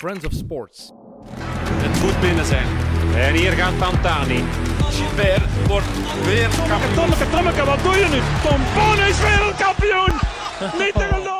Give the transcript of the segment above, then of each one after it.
Friends of Sports. Het moet binnen zijn. En hier gaat Pantani. Gilbert wordt weer kampioen. Tommeke, wat doe je nu? Tom Boon is wereldkampioen! Niet te geloven!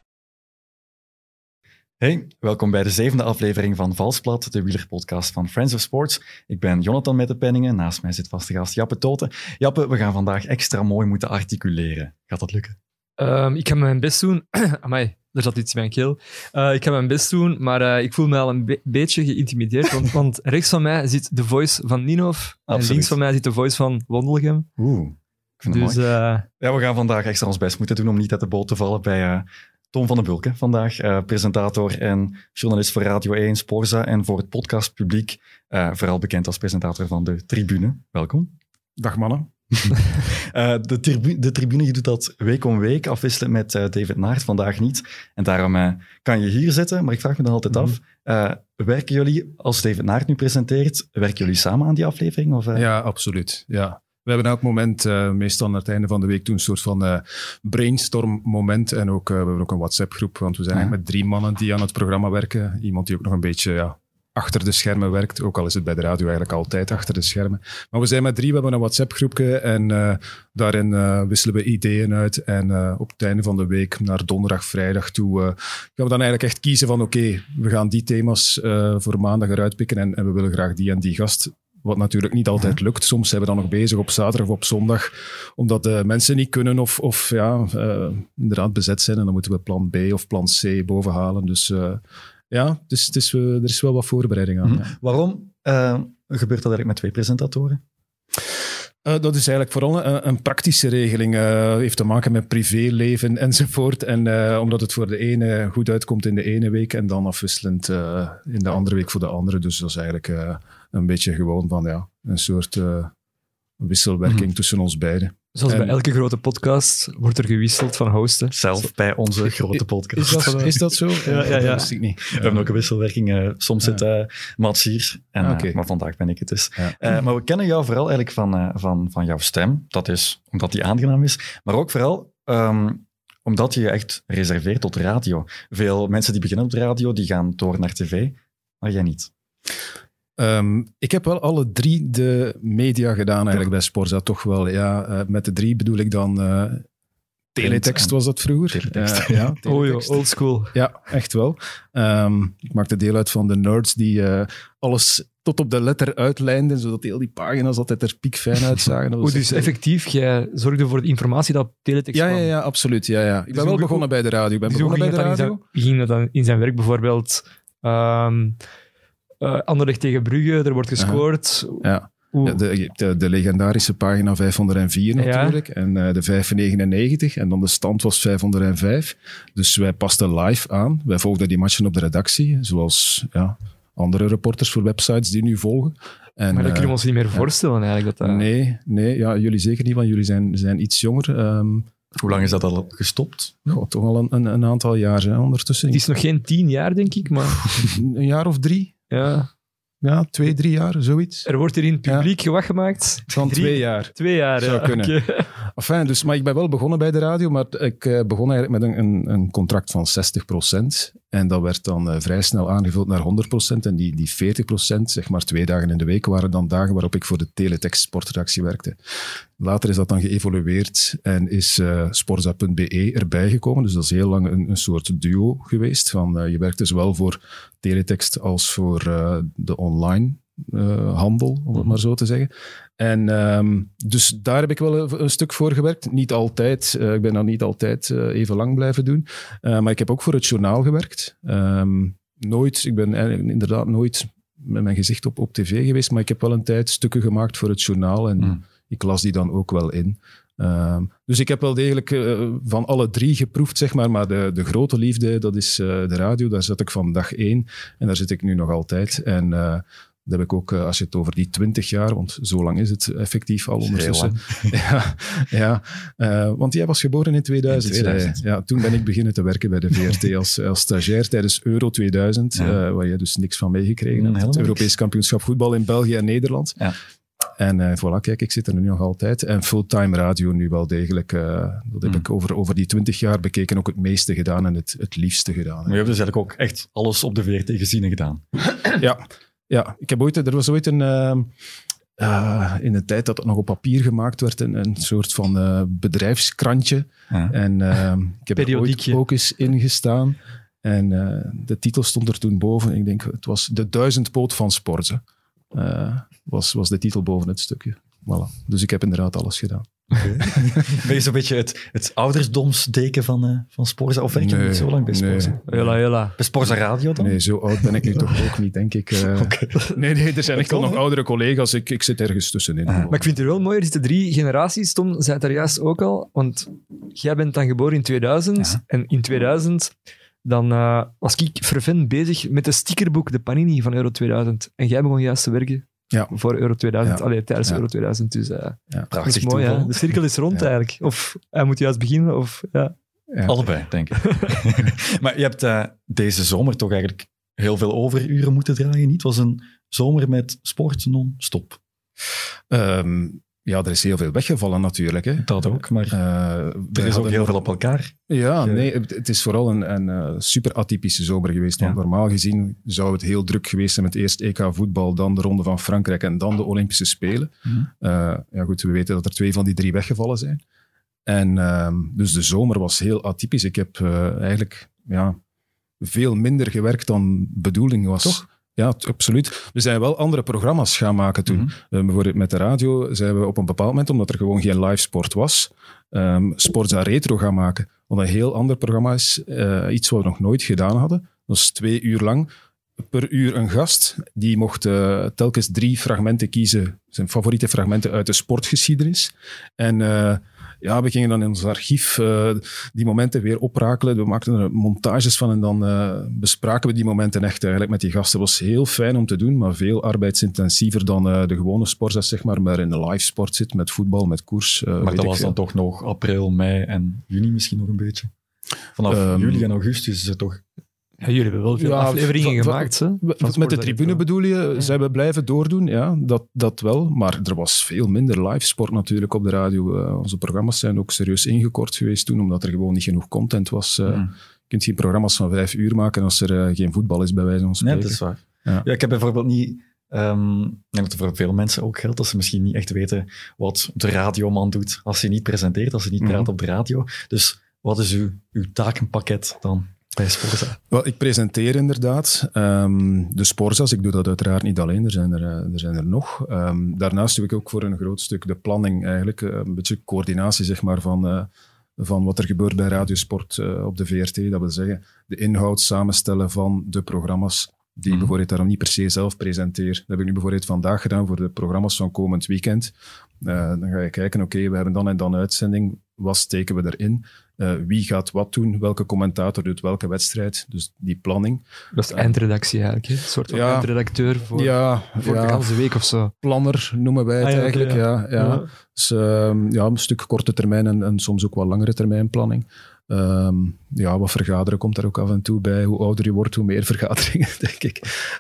Hey, welkom bij de 7e aflevering van Valsplat, de wielerpodcast van Friends of Sports. Ik ben Jonathan Mettepenningen, naast mij zit vaste gast Jappe Toten. Jappe, we gaan vandaag extra mooi moeten articuleren. Gaat dat lukken? Ik ga mijn best doen. Amai, er zat iets in mijn keel. Ik ga mijn best doen, maar ik voel me al een beetje geïntimideerd, want rechts van mij zit de voice van Ninov en links van mij zit de voice van Wondelgem. Ik vind het mooi. Ja, we gaan vandaag extra ons best moeten doen om niet uit de boot te vallen bij Tom van den Bulke vandaag. Presentator en journalist voor Radio 1, Sporza en voor het podcastpubliek. Vooral bekend als presentator van de Tribune. Welkom. Dag mannen. De Tribune, je doet dat week om week, afwisselen met David Naert, vandaag niet. En daarom kan je hier zitten, maar ik vraag me dan altijd af, werken jullie, als David Naert nu presenteert, werken jullie samen aan die aflevering? Of, Ja, absoluut. Ja. We hebben elk moment, meestal aan het einde van de week, een soort van brainstorm moment. En ook, we hebben ook een WhatsApp-groep, want we zijn eigenlijk met 3 mannen die aan het programma werken. Iemand die ook nog een beetje achter de schermen werkt, ook al is het bij de radio eigenlijk altijd achter de schermen. Maar we zijn met 3, we hebben een WhatsApp-groepje en daarin wisselen we ideeën uit. En op het einde van de week, naar donderdag, vrijdag toe, gaan we dan eigenlijk echt kiezen van oké, we gaan die thema's voor maandag eruit pikken en we willen graag die en die gast. Wat natuurlijk niet altijd lukt. Soms zijn we dan nog bezig op zaterdag of op zondag, omdat de mensen niet kunnen of inderdaad bezet zijn. En dan moeten we plan B of plan C bovenhalen. Dus er is wel wat voorbereiding aan. Ja. Waarom gebeurt dat eigenlijk met 2 presentatoren? Dat is eigenlijk vooral een praktische regeling. Heeft te maken met privéleven enzovoort. En omdat het voor de ene goed uitkomt in de ene week en dan afwisselend in de andere week voor de andere. Dus dat is eigenlijk een beetje gewoon van een soort wisselwerking tussen ons beiden. Zoals bij elke grote podcast wordt er gewisseld van hosten. Zelf bij onze grote podcast. Is dat zo? Ja. Dat wist ik niet. We hebben ook een wisselwerking. Soms zit Mats hier, maar vandaag ben ik het dus. Ja. Maar we kennen jou vooral eigenlijk van jouw stem. Dat is omdat die aangenaam is. Maar ook vooral omdat je je echt reserveert tot radio. Veel mensen die beginnen op de radio, die gaan door naar tv. Maar jij niet. Ik heb wel alle 3 de media gedaan eigenlijk bij Sporza, toch wel. Ja, met de 3 bedoel ik dan teletext was dat vroeger. Teletext. Old school. Ja, echt wel. Ik maakte deel uit van de nerds die alles tot op de letter uitlijnden, zodat heel die pagina's altijd er piekfijn uitzagen. Dus effectief, jij zorgde voor de informatie dat op teletext kwam? Ja, absoluut. Ja. Ik ben wel begonnen bij de radio. Wie ging dat dan in zijn werk bijvoorbeeld... Anderlecht tegen Brugge, er wordt gescoord. Ja. De legendarische pagina 504 natuurlijk. En de 599. En dan de stand was 505. Dus wij pasten live aan. Wij volgden die matchen op de redactie. Zoals andere reporters voor websites die nu volgen. En, maar dat kunnen we ons niet meer voorstellen eigenlijk. Nee, jullie zeker niet, want jullie zijn iets jonger. Hoe lang is dat al gestopt? Toch al een aantal jaar ondertussen. Het is nog geen 10 jaar, denk ik, maar... een jaar of 3. Ja, 2, 3 jaar, zoiets. Er wordt hier in het publiek gewacht gemaakt. Van 2 jaar. 2 jaar, zou kunnen. Okay. Enfin, dus, maar ik ben wel begonnen bij de radio, maar ik begon eigenlijk met een contract van 60%. En dat werd dan vrij snel aangevuld naar 100%. En die 40%, zeg maar 2 dagen in de week, waren dan dagen waarop ik voor de teletext sportredactie werkte. Later is dat dan geëvolueerd en is sporza.be erbij gekomen. Dus dat is heel lang een soort duo geweest. Je werkte zowel voor teletext als voor de online handel, om het maar zo te zeggen. En dus daar heb ik wel een stuk voor gewerkt. Niet altijd. Ik ben dat niet altijd even lang blijven doen. Maar ik heb ook voor het journaal gewerkt. Ik ben inderdaad nooit met mijn gezicht op tv geweest, maar ik heb wel een tijd stukken gemaakt voor het journaal en ik las die dan ook wel in. Dus ik heb wel degelijk van alle 3 geproefd, zeg maar de grote liefde, dat is de radio. Daar zat ik van dag 1 en daar zit ik nu nog altijd. En dat heb ik ook, als je het over die 20 jaar, want zo lang is het effectief al ondertussen. Want jij was geboren in 2000. Ja, toen ben ik beginnen te werken bij de VRT als stagiair tijdens Euro 2000, waar je dus niks van meegekregen hebt. Het Europees kampioenschap voetbal in België en Nederland. Ja. En voilà, kijk, ik zit er nu nog altijd. En fulltime radio nu wel degelijk. Dat heb ik over die 20 jaar bekeken ook het meeste gedaan en het liefste gedaan. Maar je hebt dus eigenlijk ook echt alles op de VRT gezien en gedaan. Ja. Er was ooit een... in de tijd dat het nog op papier gemaakt werd, een soort van bedrijfskrantje. Ja. En ik heb er ooit ook eens ingestaan. En de titel stond er toen boven. Ik denk, het was de 1000-poot van Sporza. Was de titel boven het stukje. Voilà. Dus ik heb inderdaad alles gedaan. Okay. Ben je zo'n beetje het oudersdomsdeken van Sporza? Of werk je niet zo lang bij Sporza? Nee. Bij Sporza Radio dan? Nee, zo oud ben ik nu toch ook niet, denk ik. Nee, er zijn echt wel nog oudere collega's. Ik zit ergens tussenin. Maar ik vind het wel mooi, er zitten 3 generaties. Tom zei het daar juist ook al. Want jij bent dan geboren in 2000. Ja. En in 2000... Dan was ik fervent bezig met de stickerboek, de Panini van Euro 2000. En jij begon juist te werken voor Euro 2000. Allee, tijdens Euro 2000. Dus dat is mooi, hè? De cirkel is rond eigenlijk. Of hij moet juist beginnen, of... Ja. Allebei, denk ik. Maar je hebt deze zomer toch eigenlijk heel veel overuren moeten draaien, niet? Het was een zomer met sport non-stop. Ja, er is heel veel weggevallen natuurlijk. Hè. Dat ook, maar er is ook heel veel op elkaar. Ja, nee, het is vooral een super atypische zomer geweest. Want normaal gezien zou het heel druk geweest zijn met eerst EK voetbal, dan de Ronde van Frankrijk en dan de Olympische Spelen. Ja goed, we weten dat er 2 van die 3 weggevallen zijn. En dus de zomer was heel atypisch. Ik heb eigenlijk veel minder gewerkt dan bedoeling was. Toch? Ja, absoluut. We zijn wel andere programma's gaan maken toen. Bijvoorbeeld met de radio zijn we op een bepaald moment, omdat er gewoon geen live sport was, Sporza Retro gaan maken. Wat een heel ander programma is. Iets wat we nog nooit gedaan hadden. Dat was 2 uur lang. Per uur een gast. Die mocht telkens 3 fragmenten kiezen. Zijn favoriete fragmenten uit de sportgeschiedenis. En we gingen dan in ons archief die momenten weer oprakelen. We maakten er montages van en dan bespraken we die momenten echt eigenlijk met die gasten. Het was heel fijn om te doen, maar veel arbeidsintensiever dan de gewone sport, zeg maar in de live sport zit, met voetbal, met koers. Maar dat was dan toch nog april, mei en juni misschien nog een beetje? Vanaf juli en augustus is het toch... Ja, jullie hebben wel veel afleveringen gemaakt. Met de tribune bedoel je? Ja. Zijn we blijven doordoen? Ja, dat wel. Maar er was veel minder live sport natuurlijk op de radio. Onze programma's zijn ook serieus ingekort geweest toen, omdat er gewoon niet genoeg content was. Je kunt geen programma's van 5 uur maken als er geen voetbal is, bij wijze van spreken. Nee, dat is waar. Ja, ik heb bijvoorbeeld niet... ik denk dat er voor veel mensen ook geldt dat ze misschien niet echt weten wat de radioman doet als hij niet presenteert, als hij niet praat op de radio. Dus wat is uw takenpakket dan? Wel, ik presenteer inderdaad de Sporza's. Ik doe dat uiteraard niet alleen, er zijn er nog. Daarnaast doe ik ook voor een groot stuk de planning eigenlijk. Een beetje coördinatie zeg maar, van wat er gebeurt bij Radiosport op de VRT. Dat wil zeggen, de inhoud samenstellen van de programma's die ik bijvoorbeeld daarom niet per se zelf presenteer. Dat heb ik nu bijvoorbeeld vandaag gedaan voor de programma's van komend weekend. Dan ga je kijken, oké, we hebben dan en dan uitzending. Wat steken we erin? Wie gaat wat doen? Welke commentator doet welke wedstrijd? Dus die planning. Dat is de eindredactie eigenlijk, hè? Een soort van eindredacteur voor de hele week of zo. Planner noemen wij het eigenlijk, ja. Dus een stuk korte termijn en soms ook wat langere termijn planning. Wat vergaderen komt daar ook af en toe bij. Hoe ouder je wordt, hoe meer vergaderingen, denk ik.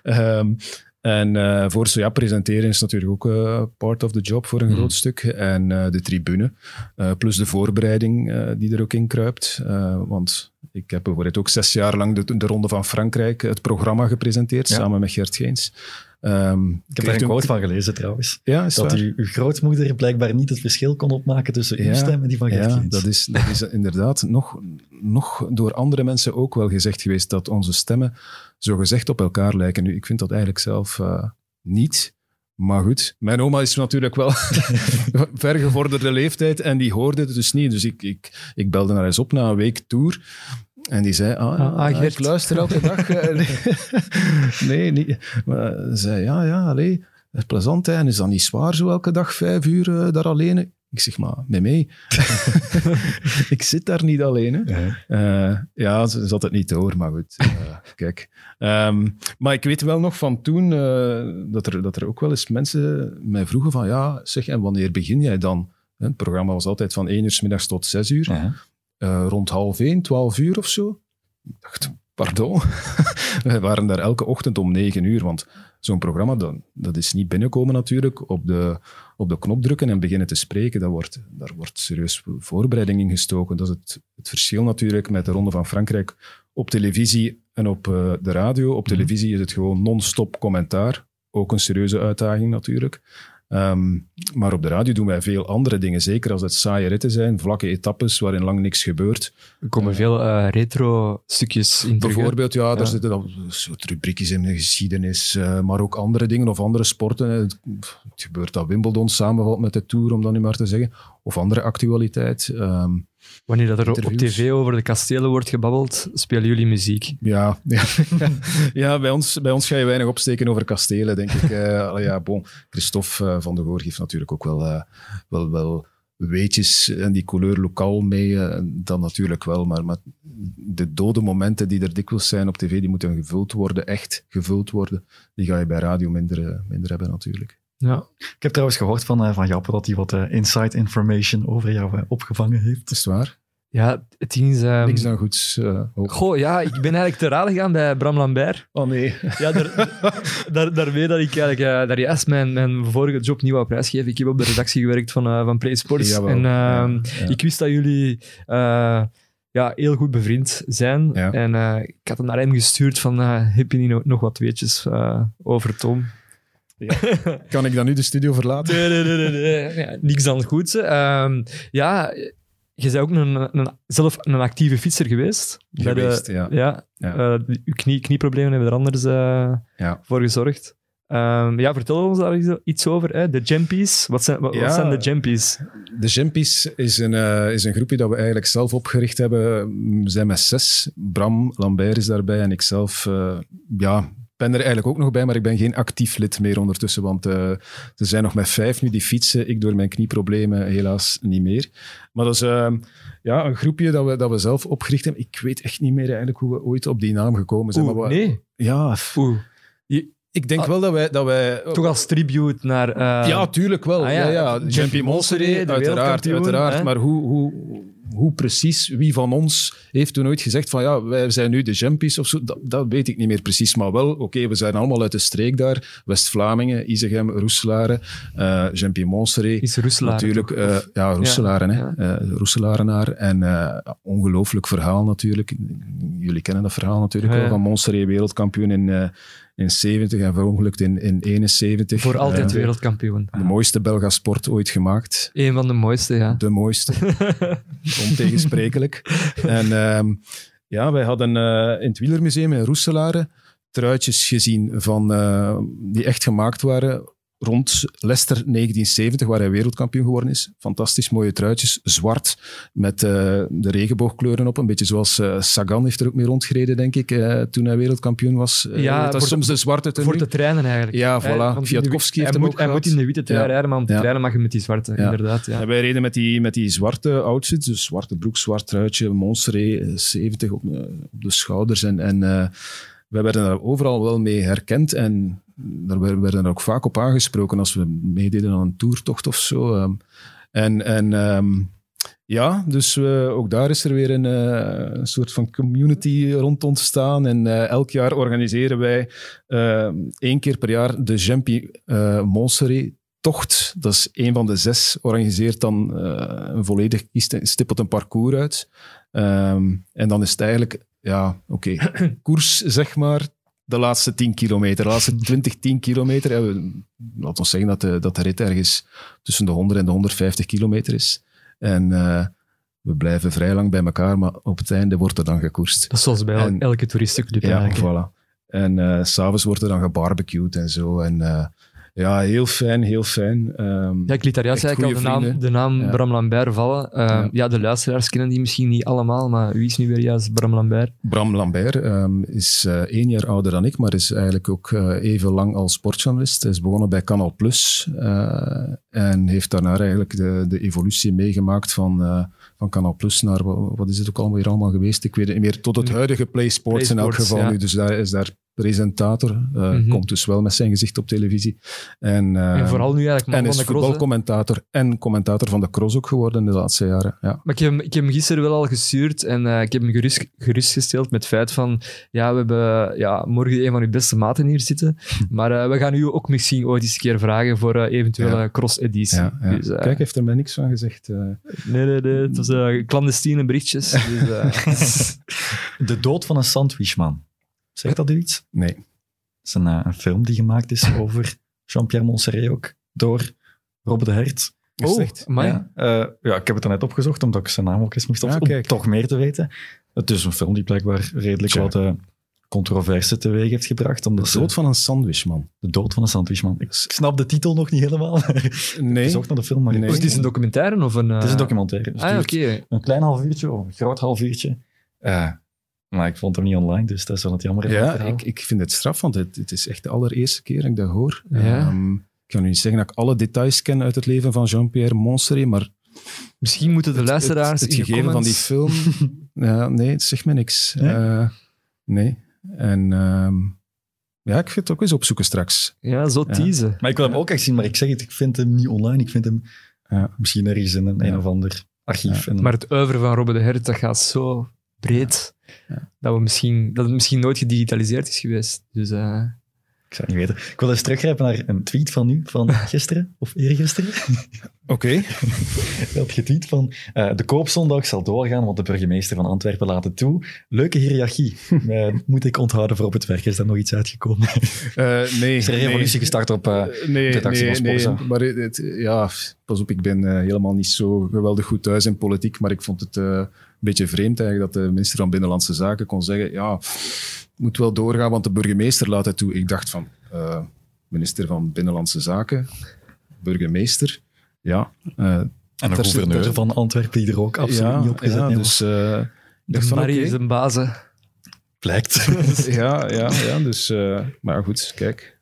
En voor presenteren is natuurlijk ook part of the job voor een groot stuk. En de tribune, plus de voorbereiding die er ook in kruipt. Want ik heb bijvoorbeeld ook 6 jaar lang de Ronde van Frankrijk, het programma gepresenteerd, samen met Gert Geens. Ik heb daar een quote van gelezen trouwens. Ja, dat uw grootmoeder blijkbaar niet het verschil kon opmaken tussen uw stem en die van Gert Geens. Dat is inderdaad nog door andere mensen ook wel gezegd geweest, dat onze stemmen zogezegd op elkaar lijken. Nu, ik vind dat eigenlijk zelf niet. Maar goed, mijn oma is natuurlijk wel vergevorderde leeftijd en die hoorde het dus niet. Dus ik belde haar eens op na een week tour. En die zei, Gert, ik luister elke dag. Nee, niet. Maar ze zei, allee, dat is plezant. Hè. En is dat niet zwaar zo elke dag 5 uur daar alleen? Ik zeg, maar met mij. Ik zit daar niet alleen. Hè. Ze zat het niet door, maar goed. Kijk. Maar ik weet wel nog van toen dat er ook wel eens mensen mij vroegen van, zeg, en wanneer begin jij dan? Het programma was altijd van 1 uur 's middags tot 6 uur. Rond 12:30, 12 uur of zo. Ik dacht, Pardon? We waren daar elke ochtend om 9:00, want zo'n programma, dat is niet binnenkomen natuurlijk, op de knop drukken en beginnen te spreken. Daar wordt serieus voorbereiding in gestoken. Dat is het verschil natuurlijk met de Ronde van Frankrijk op televisie en op de radio. Op televisie is het gewoon non-stop commentaar. Ook een serieuze uitdaging natuurlijk. Maar op de radio doen wij veel andere dingen, zeker als het saaie ritten zijn, vlakke etappes waarin lang niks gebeurt. Er komen veel retro-stukjes in terug. Bijvoorbeeld, daar zitten dan soort rubriekjes in de geschiedenis, maar ook andere dingen of andere sporten. Het gebeurt dat Wimbledon samenvalt met de Tour, om dat nu maar te zeggen, of andere actualiteit. Wanneer dat er op tv over de kastelen wordt gebabbeld, spelen jullie muziek? Ja, bij ons ga je weinig opsteken over kastelen, denk ik. Christophe van de Goor geeft natuurlijk ook wel weetjes en die couleur lokaal mee, dan natuurlijk wel. Maar de dode momenten die er dikwijls zijn op tv, die moeten gevuld worden, echt gevuld worden. Die ga je bij radio minder hebben natuurlijk. Ja. Ik heb trouwens gehoord van Jappe dat hij wat inside information over jou opgevangen heeft. Is het waar? Ja, het ding is... Niks dan goeds. Goh, ja, ik ben eigenlijk te raden gegaan bij Bram Lambert. Oh nee. Ja, daarmee dat ik eigenlijk daar juist mijn vorige job niet wou prijsgeven. Ik heb op de redactie gewerkt van Play Sports. Jawel, ik wist dat jullie heel goed bevriend zijn. Ja. En ik had hem naar hem gestuurd van, heb je niet nog wat weetjes over Tom? Ja. Kan ik dan nu de studio verlaten? Nee. Ja, niks dan goed. Je bent ook zelf een actieve fietser geweest. Uw knieproblemen hebben er anders voor gezorgd. Vertel ons daar iets over. Hè? De Jampies. Wat zijn de Jampies? De Jampies is een groepje dat we eigenlijk zelf opgericht hebben. We zijn met 6. Bram Lambert is daarbij en ikzelf... Ik ben er eigenlijk ook nog bij, maar ik ben geen actief lid meer ondertussen, want er zijn nog met 5 nu die fietsen. Ik door mijn knieproblemen helaas niet meer. Maar dat is een groepje dat we zelf opgericht hebben. Ik weet echt niet meer eigenlijk hoe we ooit op die naam gekomen zijn. Nee? Ja. Ik denk wel dat wij... Toch als tribute naar... Ja, tuurlijk wel. Jampi Monseré, uiteraard. Maar hoe precies, wie van ons heeft toen ooit gezegd van wij zijn nu de Jampies of zo, dat weet ik niet meer precies. Maar wel, oké, we zijn allemaal uit de streek daar. West-Vlamingen, Isegem, Roeselare, Jampi Monseré. Is Roeselare natuurlijk. Roeselaren, Roeselarenaar. En ongelooflijk verhaal natuurlijk. Jullie kennen dat verhaal natuurlijk wel, van Monseré, wereldkampioen in 70 en verongelukt in 71. Voor altijd wereldkampioen. De mooiste Belga sport ooit gemaakt. Een van de mooiste, ja. De mooiste. Ontegensprekelijk. En wij hadden in het Wielermuseum in Roeselare truitjes gezien die echt gemaakt waren rond Leicester 1970, waar hij wereldkampioen geworden is. Fantastisch mooie truitjes, zwart, met de regenboogkleuren op. Een beetje zoals Sagan heeft er ook mee rondgereden, denk ik, toen hij wereldkampioen was. Dat was soms de zwarte tenue. Voor te trainen eigenlijk. Ja, voilà. Kwiatkowski heeft hem ook gehad. Hij moet in de witte trui rijden, maar om te trainen mag je met die zwarte, inderdaad. Ja. En wij reden met die zwarte outfits, dus zwarte broek, zwart truitje, Monseré, 70 op de schouders. En wij werden daar overal wel mee herkend en daar werden er ook vaak op aangesproken als we meededen aan een toertocht of zo. Dus ook daar is er weer een soort van community rond ontstaan. En elk jaar organiseren wij 1 keer per jaar de Jampi Monseré tocht. Dat is 1 van de 6. Organiseert dan stippelt een parcours uit. En dan is het eigenlijk... koers, zeg maar, de laatste 10 kilometer. De laatste 10 kilometer. Laten we zeggen dat de rit ergens tussen de 100 en de 150 kilometer is. En we blijven vrij lang bij elkaar, maar op het einde wordt er dan gekoerst. Dat is zoals bij elke toeristenclub eigenlijk. Voilà. En 's avonds wordt er dan gebarbecued en zo. En heel fijn, heel fijn. Ik liet daar juist eigenlijk al de naam Bram Lambert vallen. De luisteraars kennen die misschien niet allemaal, maar wie is nu weer juist Bram Lambert? Bram Lambert is 1 jaar ouder dan ik, maar is eigenlijk ook even lang als sportjournalist. Hij is begonnen bij Canal Plus en heeft daarna eigenlijk de evolutie meegemaakt van Canal Plus naar, wat is het ook allemaal geweest? Ik weet het niet meer, tot het huidige Play Sports in elk geval. Ja. Nu, dus daar is daar presentator. Komt dus wel met zijn gezicht op televisie. En vooral nu eigenlijk man en van is de cross. voetbalcommentator en commentator van de cross ook geworden in de laatste jaren. Ja. Maar ik heb hem gisteren wel al gestuurd en ik heb hem gerustgesteld met het feit van we hebben morgen een van uw beste maten hier zitten, maar we gaan u ook misschien ooit eens een keer vragen voor eventuele cross-editie. Ja. Dus, kijk, heeft er mij niks van gezegd. Nee, het was clandestine berichtjes. Dus, De dood van een sandwichman. Zegt dat u iets? Nee. Het is een film die gemaakt is over Jean-Pierre Montserrat ook, door Robbe de Hert. Ja, ik heb het er net opgezocht, omdat ik zijn naam ook eens moest opzoeken, om toch meer te weten. Het is een film die blijkbaar redelijk wat controverse teweeg heeft gebracht. De dood van een sandwichman. De dood van een sandwichman. Ik snap de titel nog niet helemaal. Nee. Ik zocht naar de film, maar Dus het is een documentaire of een... Het is een documentaire. Dus oké. Een klein half uurtje of een groot half uurtje. Maar ik vond hem niet online, dus dat is wel het jammer. Ja, ik vind het straf, want het is echt de allereerste keer dat ik dat hoor. Ja. Ik kan nu niet zeggen dat ik alle details ken uit het leven van Jean-Pierre Montserrat, maar... Misschien moeten de luisteraars het gegeven van die film... nee, het zegt me niks. Nee. En ik ga het ook eens opzoeken straks. Ja, zo teasen. Maar ik wil hem ook echt zien, maar ik zeg het, ik vind hem niet online. Ik vind hem misschien ergens in een of ander archief. Maar het oeuvre van Robbe de Hert, dat gaat zo breed dat het misschien nooit gedigitaliseerd is geweest. Dus... Ik zou het niet weten. Ik wil eens teruggrijpen naar een tweet van u, van gisteren of eergisteren. Oké. Je had getweet van de koopzondag zal doorgaan, want de burgemeester van Antwerpen laat het toe. Leuke hiërarchie. Moet ik onthouden voor op het werk? Is daar nog iets uitgekomen? Nee. Is er een revolutie gestart op de redactie van Sporza? Nee, maar pas op, ik ben helemaal niet zo geweldig goed thuis in politiek, maar ik vond het een beetje vreemd eigenlijk dat de minister van Binnenlandse Zaken kon zeggen moet wel doorgaan, want de burgemeester laat het toe. Ik dacht van, minister van Binnenlandse Zaken, burgemeester, en een gouverneur van Antwerpen die er ook absoluut niet op gezet dus ik dacht van, Marie is een bazen. Blijkt. Dus... maar goed, kijk...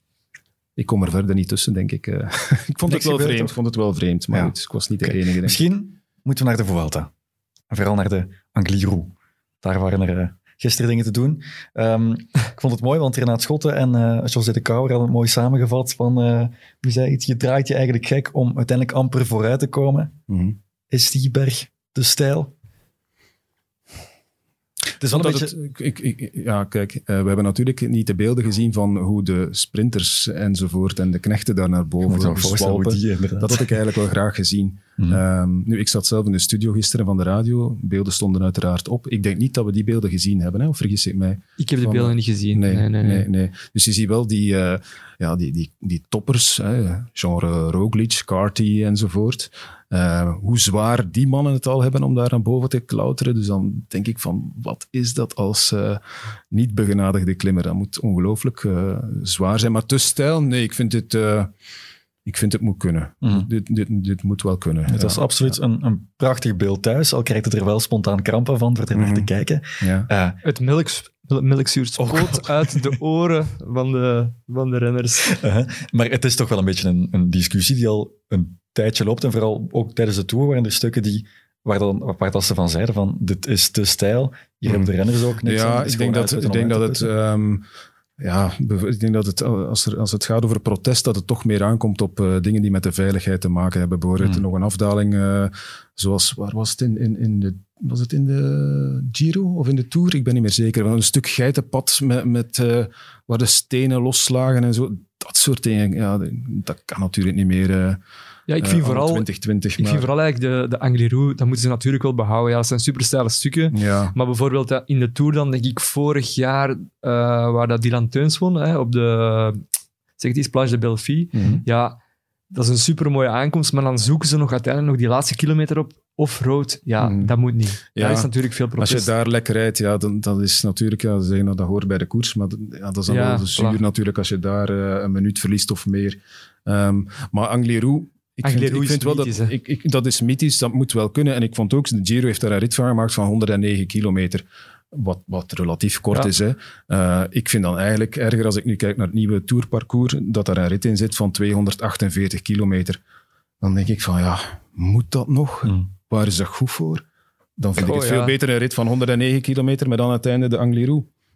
ik kom er verder niet tussen, denk ik. Ik vond het wel vreemd, maar goed, ik was niet de enige. Denk. Misschien moeten we naar de Vuelta. En vooral naar de Angliru. Daar waren er... gisteren dingen te doen. Ik vond het mooi, want Renaat Schotten en José de Kouwer hadden het mooi samengevat van, wie zei iets, je draait je eigenlijk gek om uiteindelijk amper vooruit te komen. Mm-hmm. Is die berg de stijl? Het is wel een beetje... kijk, we hebben natuurlijk niet de beelden gezien van hoe de sprinters enzovoort en de knechten daar naar boven zwalpen. Dat had ik eigenlijk wel graag gezien. Nu, ik zat zelf in de studio gisteren van de radio. Beelden stonden uiteraard op. Ik denk niet dat we die beelden gezien hebben, of vergis ik mij? Ik heb de beelden niet gezien. Nee. Dus je ziet wel die toppers, genre Roglic, Carty enzovoort. Hoe zwaar die mannen het al hebben om daar naar boven te klauteren. Dus dan denk ik van, wat is dat als niet begenadigde klimmer? Dat moet ongelooflijk zwaar zijn. Maar te stijl? Nee, ik vind het moet kunnen. Dit moet wel kunnen. Het was absoluut een prachtig beeld thuis, al krijgt het er wel spontaan krampen van voor er naar te kijken. Ja. Het melkzuur spoot uit de oren van de renners. Maar het is toch wel een beetje een discussie die al een tijdje loopt. En vooral ook tijdens de Tour waren er stukken waar dat ze van zeiden van dit is te stijl. Hier hebben de renners ook niks aan. Ik denk dat het, als het gaat over protest, dat het toch meer aankomt op dingen die met de veiligheid te maken hebben. Bijvoorbeeld nog een afdaling, zoals, waar was het was het in de Giro of in de Tour? Ik ben niet meer zeker. Een stuk geitenpad met waar de stenen loslagen en zo. Dat soort dingen, dat kan natuurlijk niet meer... ik vind vooral 2020. Ik vind vooral eigenlijk de Angliru, dat moeten ze natuurlijk wel behouden. Ja, dat zijn superstijle stukken. Ja. Maar bijvoorbeeld in de Tour, dan denk ik vorig jaar, waar dat Dylan Teuns won, op de Plage de Belleville. Mm-hmm. Ja, dat is een supermooie aankomst, maar dan zoeken ze nog uiteindelijk nog die laatste kilometer op off-road. Ja, dat moet niet. Ja. Daar is natuurlijk veel protest. Als je daar lekker rijdt, dan dat is natuurlijk, dat hoort bij de koers, maar dat is dan wel zuur natuurlijk als je daar een minuut verliest of meer. Maar Angliru... Ik vind wel dat is mythisch, dat moet wel kunnen. En ik vond ook, de Giro heeft daar een rit van gemaakt van 109 kilometer. Wat relatief kort is. Hè. Ik vind dan eigenlijk erger, als ik nu kijk naar het nieuwe tourparcours, dat daar een rit in zit van 248 kilometer. Dan denk ik van, moet dat nog? Waar is dat goed voor? Dan vind ik het veel beter een rit van 109 kilometer, met dan aan het einde de Angliru.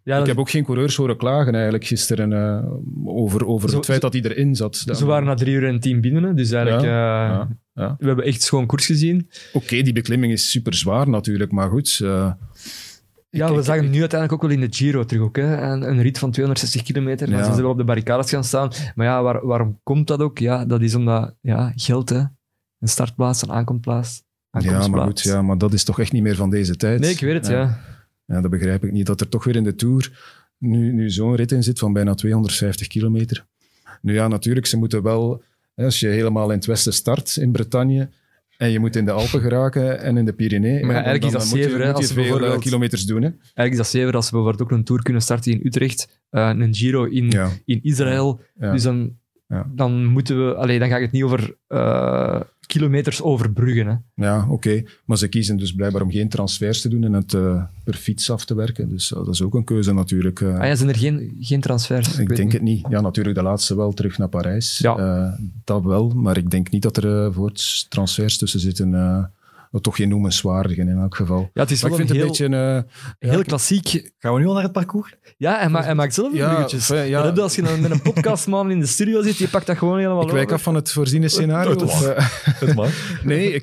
Ja, ik heb ook geen coureurs horen klagen eigenlijk gisteren over het feit dat hij erin zat. Ze waren na 3 uur en 10 binnen, dus eigenlijk... Ja. We hebben echt schoon koers gezien. Oké, die beklimming is super zwaar natuurlijk, maar goed... we zagen hem nu uiteindelijk ook wel in de Giro terug. Ook, hè. Een rit van 260 kilometer. Dan zijn ze wel op de barricades gaan staan. Maar ja, waarom komt dat ook? Ja, dat is omdat geld, hè. Een startplaats, een aankomstplaats. Ja, maar goed, maar dat is toch echt niet meer van deze tijd. Nee, ik weet het, ja. Ja, dat begrijp ik niet. Dat er toch weer in de Tour nu zo'n rit in zit van bijna 250 kilometer. Nu ja, natuurlijk, ze moeten wel... Als je helemaal in het westen start, in Bretagne, en je moet in de Alpen geraken en in de Pyreneeën, maar eigenlijk is dat zever, moet je veel kilometers doen. Hè? Eigenlijk is dat zever als we bijvoorbeeld ook een Tour kunnen starten in Utrecht, een Giro in Israël. Ja. Dus dan moeten we... dan gaat het niet over kilometers overbruggen. Hè. Ja, oké. Maar ze kiezen dus blijkbaar om geen transfers te doen en het per fiets af te werken. Dus dat is ook een keuze natuurlijk. Zijn er geen transfers? Ik denk het niet. Ja, natuurlijk de laatste wel terug naar Parijs. Ja. Dat wel, maar ik denk niet dat er voor transfers tussen zitten... toch geen noemenswaardigen in elk geval. Ja, het is wel een beetje... heel klassiek. Gaan we nu al naar het parcours? Ja, hij maakt zelf bruggetjes. Ja. Als je dan met een podcastman in de studio zit, je pakt dat gewoon helemaal over. Ik wijk af van het voorziene scenario. Het mag. Nee,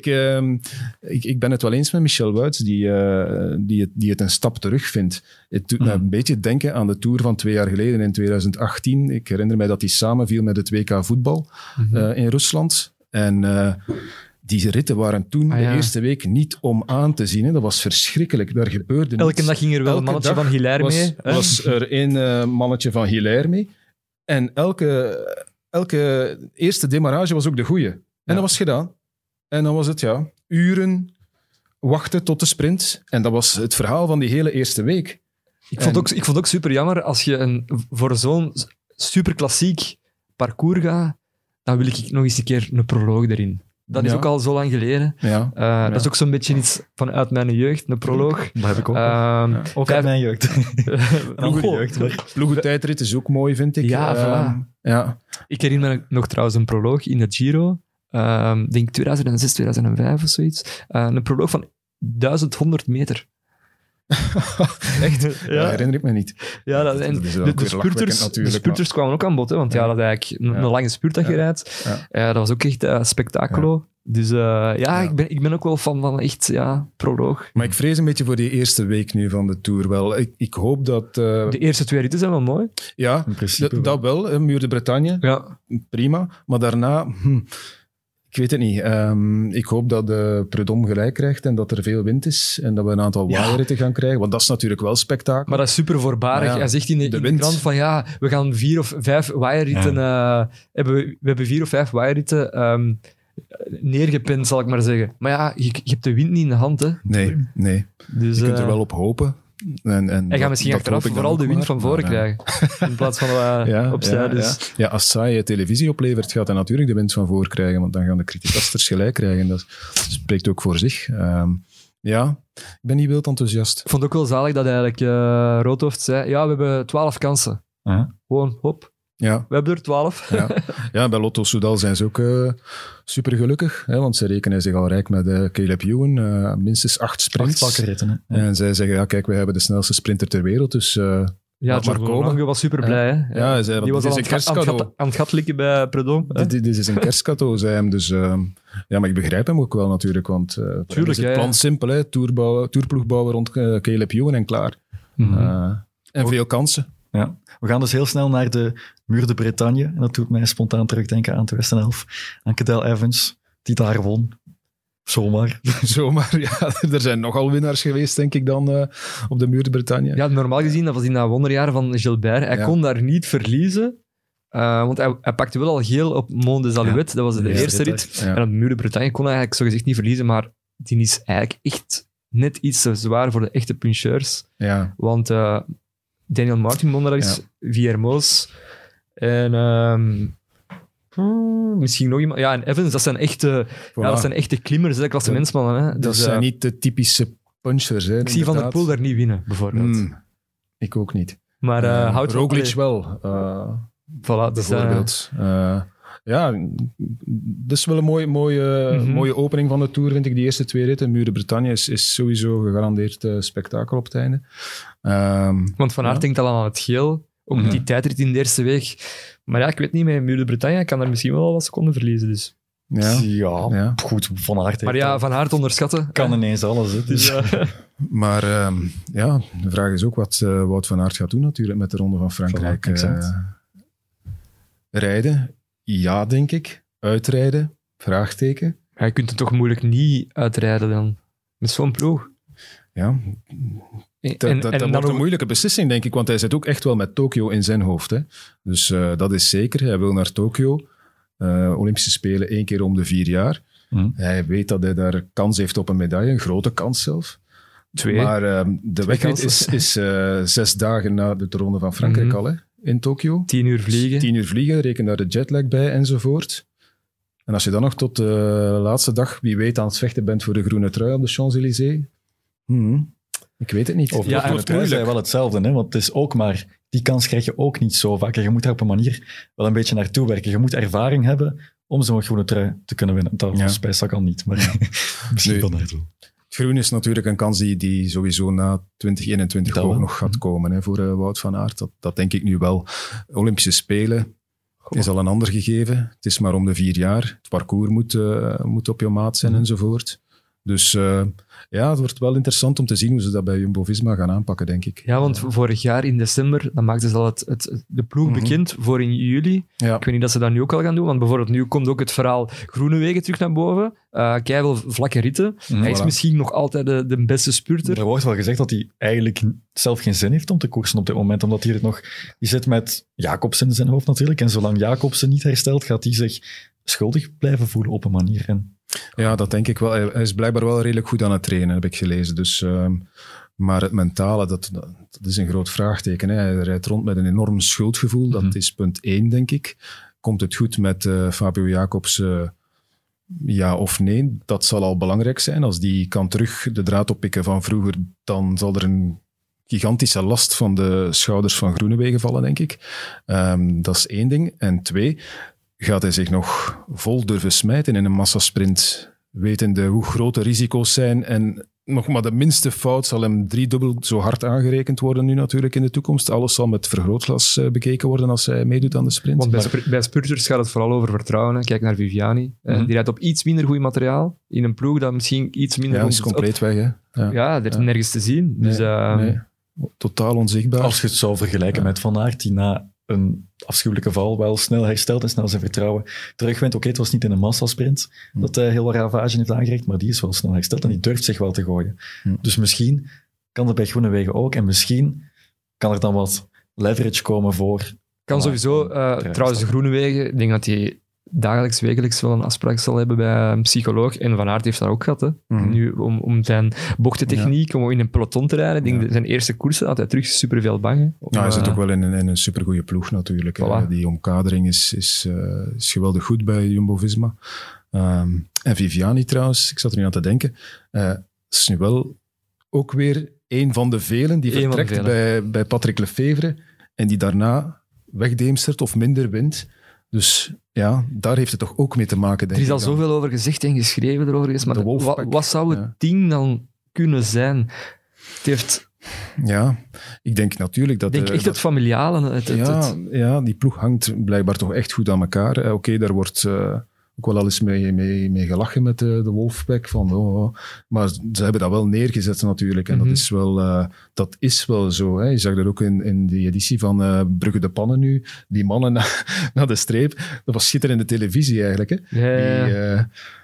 ik ben het wel eens met Michel Wuits, die het een stap terug vindt. Het doet mij een beetje denken aan de Tour van 2 jaar geleden in 2018. Ik herinner mij dat hij samenviel met het WK voetbal in Rusland. En... die ritten waren toen de eerste week niet om aan te zien. Hè. Dat was verschrikkelijk. Daar gebeurde niets. Elke dag ging er wel een mannetje van Hilaire mee. Was er een mannetje van Hilaire mee. En elke eerste demarrage was ook de goeie. En dat was gedaan. En dan was het uren wachten tot de sprint. En dat was het verhaal van die hele eerste week. Ik vond ook super jammer als je voor zo'n super klassiek parcours gaat, dan wil ik nog eens een keer een proloog erin. Dat is ook al zo lang geleden. Ja. Dat is ook zo'n beetje iets vanuit mijn jeugd, een proloog. Dat heb ik ook. Ook uit mijn jeugd. Ploegentijdrit is ook mooi, vind ik. Ja, voilà. Ik herinner me nog trouwens een proloog in de Giro. Denk 2006, 2005 of zoiets. Een proloog van 1100 meter. Echt? Ja, herinner ik me niet. Ja, de spurters kwamen ook aan bod, hè, want dat is eigenlijk een lange spurt dat je rijdt. Dat was ook echt spectaculo. Dus ik ben ook wel fan van echt proloog. Maar ik vrees een beetje voor die eerste week nu van de Tour wel. Ik hoop dat... De eerste 2 ritten zijn wel mooi. Ja, in principe dat wel. Muur de Bretagne. Ja. Prima. Maar daarna... Ik weet het niet. Ik hoop dat Prudhomme gelijk krijgt en dat er veel wind is en dat we een aantal waaieritten gaan krijgen, want dat is natuurlijk wel spektakel. Maar dat is super voorbarig. Hij zegt in de krant van we gaan 4 of 5 waaieritten... we hebben 4 of 5 waaieritten neergepend, zal ik maar zeggen. Maar je hebt de wind niet in de hand, hè. Nee. Dus, je kunt er wel op hopen. En hij gaat misschien achteraf vooral de wind van voren krijgen. In plaats van opzij. Dus. Ja, als saai televisie oplevert, gaat hij natuurlijk de wind van voren krijgen, want dan gaan de criticasters gelijk krijgen. Dat spreekt ook voor zich. Ik ben niet wild enthousiast. Ik vond het ook wel zalig dat eigenlijk Roodhoofd zei, we hebben 12 kansen. Gewoon, hop. Ja. We hebben er 12. Bij Lotto Soudal zijn ze ook super gelukkig, want ze rekenen zich al rijk met Caleb Ewan. Minstens 8 sprints. 8 pakkeritten. En zij zeggen, kijk, we hebben de snelste sprinter ter wereld, dus maar komen. Was super blij. Hè? Ja, hij zei, die was al aan het gat likken bij Prudhomme. Dit is een kerstcadeau, zei hem. Dus, maar ik begrijp hem ook wel natuurlijk, want is het plan simpel. Hè? Tourploeg bouwen rond Caleb Ewan en klaar. En veel kansen. Ja. We gaan dus heel snel naar de Muur de Bretagne. En dat doet mij spontaan terugdenken aan 2011. Aan Cadel Evans, die daar won. Zomaar, er zijn nogal winnaars geweest, denk ik, dan op de Muur de Bretagne. Ja, normaal gezien, dat was in dat wonderjaar van Gilbert. Hij kon daar niet verliezen, want hij pakte wel al geel op Mont des Alouettes. Dat was de eerste rit. En op de Muur de Bretagne kon hij eigenlijk zogezegd niet verliezen, maar die is eigenlijk echt net iets te zwaar voor de echte puncheurs. Ja. Want Daniel Martin won daar eens, Viermoos en... misschien nog iemand. Ja, en Evans, dat zijn echte klimmers, klassementsmannen. Hè. Dat zijn niet de typische punchers. Hè, ik zie Van der Poel daar niet winnen, bijvoorbeeld. Ik ook niet. Maar Roglic wel. Voilà, bijvoorbeeld. dat is wel een mooie opening van de Tour, vind ik, die eerste 2 ritten. Muur de Bretagne is sowieso gegarandeerd spektakel op het einde. Want Van Aert denkt al aan het geel, op die tijdrit in de eerste week. Maar ja, ik weet niet, met Muur de Bretagne kan er misschien wel wat seconden verliezen. Dus. Ja, goed, Van Aert. Maar Van Aert onderschatten. Kan ineens alles. Dus. Maar de vraag is ook wat Wout van Aert gaat doen natuurlijk met de Ronde van Frankrijk. Rijden? Ja, denk ik. Uitrijden? Vraagteken. Ja, je kunt het toch moeilijk niet uitrijden dan? Met zo'n ploeg? Ja. Dat wordt een moeilijke beslissing, denk ik, want hij zit ook echt wel met Tokio in zijn hoofd. Hè. Dus dat is zeker. Hij wil naar Tokio. Olympische Spelen 1 keer om de 4 jaar. Hij weet dat hij daar kans heeft op een medaille, een grote kans zelf. 2. Maar de wegrit is 6 dagen na de Ronde van Frankrijk al, hè, in Tokio. 10 uur vliegen. 10 uur vliegen, reken daar de jetlag bij enzovoort. En als je dan nog tot de laatste dag, wie weet, aan het vechten bent voor de groene trui op de Champs-Élysées, ik weet het niet. Over de groene trui zijn wel hetzelfde, hè? Want het is ook maar... Die kans krijg je ook niet zo vaak. Je moet daar op een manier wel een beetje naartoe werken. Je moet ervaring hebben om zo'n groene trui te kunnen winnen. Dat is bij Sagan niet, maar misschien van Aert wel. Groen is natuurlijk een kans die sowieso na 2021 ook nog gaat komen, hè, voor Wout van Aert. Dat denk ik nu wel. Olympische Spelen is al een ander gegeven. Het is maar om de 4 jaar. Het parcours moet op je maat zijn enzovoort. Dus het wordt wel interessant om te zien hoe ze dat bij Jumbo-Visma gaan aanpakken, denk ik. Ja, want vorig jaar in december, dan maakten ze al de ploeg bekend voor in juli. Ja. Ik weet niet dat ze dat nu ook al gaan doen, want bijvoorbeeld nu komt ook het verhaal Groenewegen terug naar boven. Keiveel vlakke ritten. Hij is misschien nog altijd de beste spurter. Er wordt wel gezegd dat hij eigenlijk zelf geen zin heeft om te koersen op dit moment, omdat hij die zit met Jacobsen in zijn hoofd natuurlijk, en zolang Jacobsen niet herstelt, gaat hij zich schuldig blijven voelen op een manier. Ja, dat denk ik wel. Hij is blijkbaar wel redelijk goed aan het trainen, heb ik gelezen. Dus, maar het mentale, dat is een groot vraagteken. Hè. Hij rijdt rond met een enorm schuldgevoel. Dat is punt 1, denk ik. Komt het goed met Fabio Jacobs? Ja of nee? Dat zal al belangrijk zijn. Als die kan terug de draad oppikken van vroeger, dan zal er een gigantische last van de schouders van Groenewegen vallen, denk ik. Dat is 1 ding. En 2... gaat hij zich nog vol durven smijten in een massasprint, wetende hoe groot de risico's zijn en nog maar de minste fout zal hem 3-dubbel zo hard aangerekend worden nu natuurlijk in de toekomst. Alles zal met vergrootglas bekeken worden als hij meedoet aan de sprint. Want bij spurters gaat het vooral over vertrouwen. Hè. Kijk naar Viviani. Die rijdt op iets minder goed materiaal in een ploeg dat misschien iets minder... Ja, is compleet weg. Hè? Ja, dat is nergens te zien. Nee, dus, totaal onzichtbaar. Als je het zou vergelijken met Van Aert, die na een afschuwelijke val wel snel herstelt en snel zijn vertrouwen terugwint. Oké, het was niet in een massasprint dat hij heel wat ravage heeft aangericht, maar die is wel snel hersteld en die durft zich wel te gooien. Dus misschien kan dat bij Groenewegen ook en misschien kan er dan wat leverage komen voor... Kan sowieso. Trouwens, de Groenewegen, ik denk dat hij wekelijks wel een afspraak zal hebben bij een psycholoog. En Van Aert heeft dat ook gehad. Hè. Nu, om zijn bochtentechniek, om in een peloton te rijden. Ik denk zijn eerste koersen had hij terug superveel bang. Hij zit ook wel in een supergoeie ploeg natuurlijk. Voilà. Die omkadering is geweldig goed bij Jumbo-Visma. En Viviani trouwens, ik zat er nu aan te denken, is nu wel ook weer een van de velen die vertrekt bij Patrick Lefevre en die daarna wegdeemstert of minder wint. Dus ja, daar heeft het toch ook mee te maken, denk ik. Er is al zoveel over gezegd en geschreven erover geweest, maar wat zou het ding dan kunnen zijn? Het heeft... Ja, ik denk natuurlijk dat... Ik denk echt het familiale. Ja, die ploeg hangt blijkbaar toch echt goed aan elkaar. Oké, daar wordt ook wel al eens mee gelachen met de Wolfpack. Maar ze hebben dat wel neergezet natuurlijk. En dat is wel zo. Hè. Je zag dat ook in die editie van Brugge de Pannen nu. Die mannen naar de streep. Dat was schitterende televisie eigenlijk. Hè.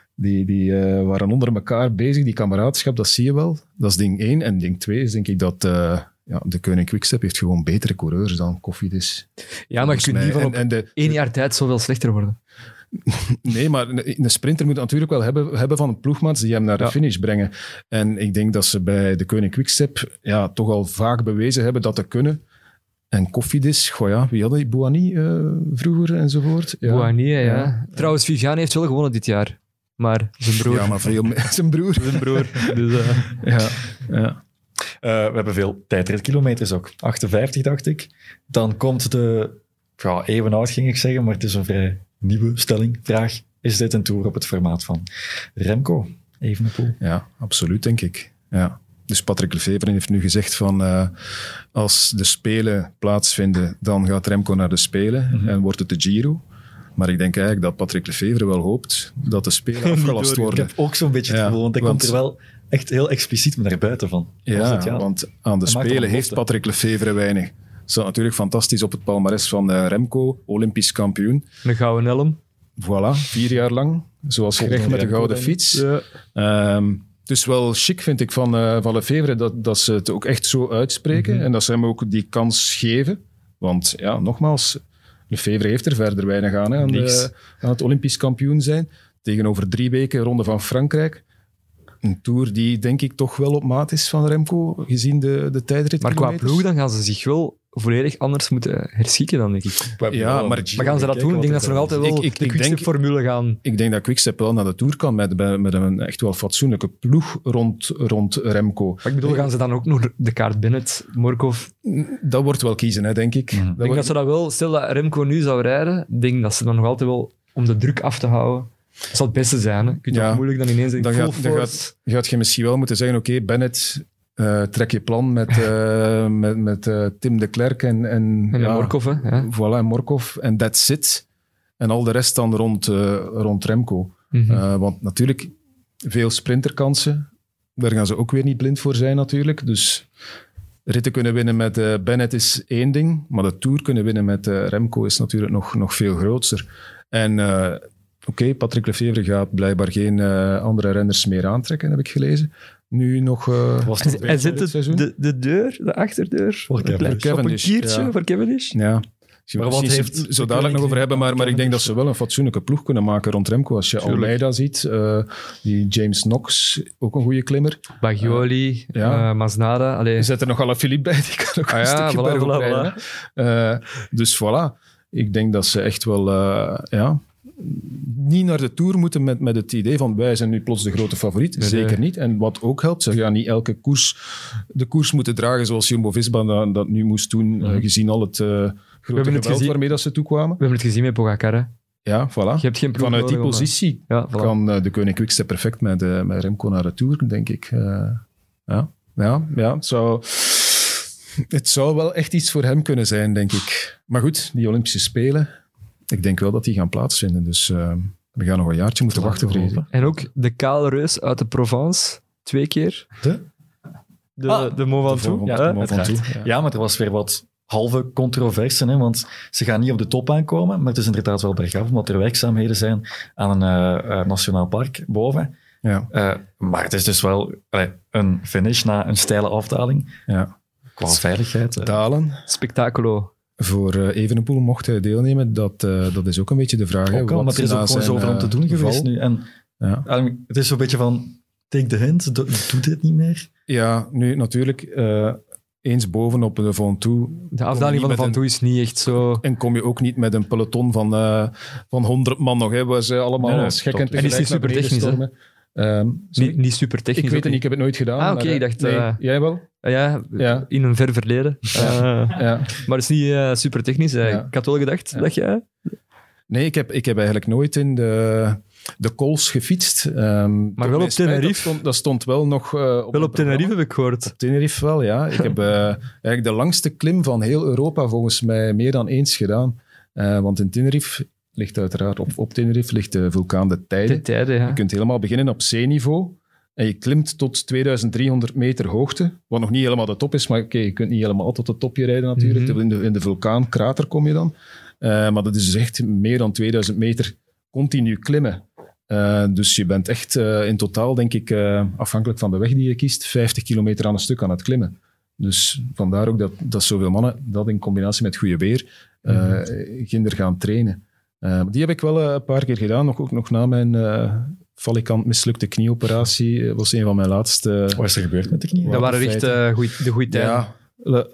Die waren onder elkaar bezig. Die kameraadschap, dat zie je wel. Dat is ding 1. En ding 2 is denk ik dat... de Koning Quickstep heeft gewoon betere coureurs dan Cofidis. Ja, maar je kunt niet van op 1 jaar tijd zoveel slechter worden. Nee, maar een sprinter moet natuurlijk wel hebben van ploegmaats die hem naar de finish brengen. En ik denk dat ze bij de Koning Quickstep toch al vaak bewezen hebben dat te kunnen. En Cofidis, wie had hij? Bouhanni vroeger enzovoort. Ja. Bouhanni, ja. Trouwens, Viviani heeft wel gewonnen dit jaar. Maar zijn broer... Ja, maar zijn broer. Zijn broer. Dus, ja. We hebben veel tijdritkilometers ook. 58, dacht ik. Dan komt de... eeuwenoud ging ik zeggen, maar het is een vrij nieuwe stelling, vraag. Is dit een Tour op het formaat van Remco Evenepoel? Ja, absoluut, denk ik. Ja. Dus Patrick Lefevere heeft nu gezegd van als de Spelen plaatsvinden, dan gaat Remco naar de Spelen en wordt het de Giro. Maar ik denk eigenlijk dat Patrick Lefevere wel hoopt dat de Spelen afgelast worden. Ik heb ook zo'n beetje het gevoel, want hij komt er wel echt heel expliciet naar buiten van. Ja, want aan de Spelen heeft Patrick Lefevere weinig. Staat natuurlijk fantastisch op het palmares van Remco, Olympisch kampioen. Een gouden helm. Voilà, 4 jaar lang. Zoals gerecht met de gouden fiets. Ja. Dus wel chic vind ik van Lefevere dat ze het ook echt zo uitspreken en dat ze hem ook die kans geven. Want ja, nogmaals, Lefevere heeft er verder weinig aan, aan het Olympisch kampioen zijn. Tegenover 3 weken Ronde van Frankrijk. Een Tour die denk ik toch wel op maat is van Remco, gezien de tijdrit. Maar qua ploeg dan gaan ze zich wel volledig anders moeten herschikken dan, denk ik. Ja, maar gaan ze dat doen? Ik denk dat ze nog altijd wel de Quickstep-formule gaan... Ik denk dat Quickstep wel naar de Tour kan met een echt wel fatsoenlijke ploeg rond Remco. Maar ik bedoel, gaan ze dan ook nog de kaart Bennett, Morkov... Dat wordt wel kiezen, hè, denk ik. Ik denk dat ze dat wel... Stel dat Remco nu zou rijden, ik denk dat ze dan nog altijd wel, om de druk af te houden... Dat zal het beste zijn. Hè? Je kunt toch moeilijk dan ineens... Dan gaat je misschien wel moeten zeggen, oké, Bennett... trek je plan met Tim de Klerk en Morkov. Ja. Voilà, en Morkov. En that's it. En al de rest dan rond Remco. Want natuurlijk, veel sprinterkansen. Daar gaan ze ook weer niet blind voor zijn natuurlijk. Dus ritten kunnen winnen met Bennett is één ding. Maar de Tour kunnen winnen met Remco is natuurlijk nog veel groter. En oké, Patrick Lefevere gaat blijkbaar geen andere renners meer aantrekken, heb ik gelezen. Nu nog... hij zet de deur, de achterdeur, voor Cavendish. Op een kiertje voor Cavendish. Ja. Maar wat heeft zo dadelijk nog over hebben, maar ik denk dat ze wel een fatsoenlijke ploeg kunnen maken rond Remco. Als je Almeida ziet, die James Knox, ook een goede klimmer. Bagioli, Masnada. Je zet er nog Alaphilippe bij, die kan ook een stukje bergop rijden. Dus voilà. Ik denk dat ze echt wel... niet naar de Tour moeten met het idee van wij zijn nu plots de grote favoriet. Nee, zeker niet. En wat ook helpt, ze gaan niet elke de koers moeten dragen zoals Jumbo-Visma dat nu moest doen, gezien al het grote geweld waarmee dat ze toekwamen. We hebben het gezien met Pogacar. Ja, voilà. Je hebt geen ploeg vanuit die nodig, positie kan de Koning Quickstep perfect met Remco naar de Tour, denk ik. Het zou wel echt iets voor hem kunnen zijn, denk ik. Maar goed, die Olympische Spelen... Ik denk wel dat die gaan plaatsvinden. Dus we gaan nog een jaartje moeten wachten, vrees ik. En ook de kale reus uit de Provence. 2 keer. De Mont Ventoux. Ja, maar er was weer wat halve controverse, hè, want ze gaan niet op de top aankomen, maar het is inderdaad wel bergaf, omdat er werkzaamheden zijn aan een nationaal park boven. Ja. Maar het is dus wel een finish na een steile afdaling. Ja. Qua veiligheid. Dalen. Spectaculo. Voor Evenepoel mocht hij deelnemen, dat is ook een beetje de vraag. Ook al, maar er is ook gewoon zoveel om te doen geweest nu. En het is zo'n beetje van, take the hint, doe dit niet meer. Ja, nu natuurlijk, eens bovenop de Ventoux... De afdaling van de Ventoux is niet echt zo... En kom je ook niet met een peloton van 100 man nog, hè, waar ze allemaal als gekken tegelijk en is niet super technisch, niet super technisch. Ik weet het niet, ik heb het nooit gedaan. Oké, ik dacht... jij wel? Ja, in een ver verleden. Maar het is niet super technisch. Ik had wel gedacht dat jij... Nee, ik heb eigenlijk nooit in de Cols gefietst. Maar wel op Tenerife. Dat stond wel nog... wel op Tenerife heb ik gehoord. Op Tenerife wel, ja. Ik heb eigenlijk de langste klim van heel Europa volgens mij meer dan eens gedaan. Want in Tenerife ligt uiteraard... Op Tenerife ligt de vulkaan de Teide. Je kunt helemaal beginnen op zeeniveau. En je klimt tot 2300 meter hoogte, wat nog niet helemaal de top is, maar je kunt niet helemaal tot het topje rijden natuurlijk. In de vulkaankrater kom je dan. Maar dat is dus echt meer dan 2000 meter continu klimmen. Dus je bent echt in totaal, denk ik, afhankelijk van de weg die je kiest, 50 kilometer aan een stuk aan het klimmen. Dus vandaar ook dat zoveel mannen dat in combinatie met goede weer ginder gaan trainen. Die heb ik wel een paar keer gedaan, ook nog na mijn... valikant mislukte knieoperatie was een van mijn laatste... Wat is er gebeurd met de knie? Dat waren echt de goede tijden. Ja,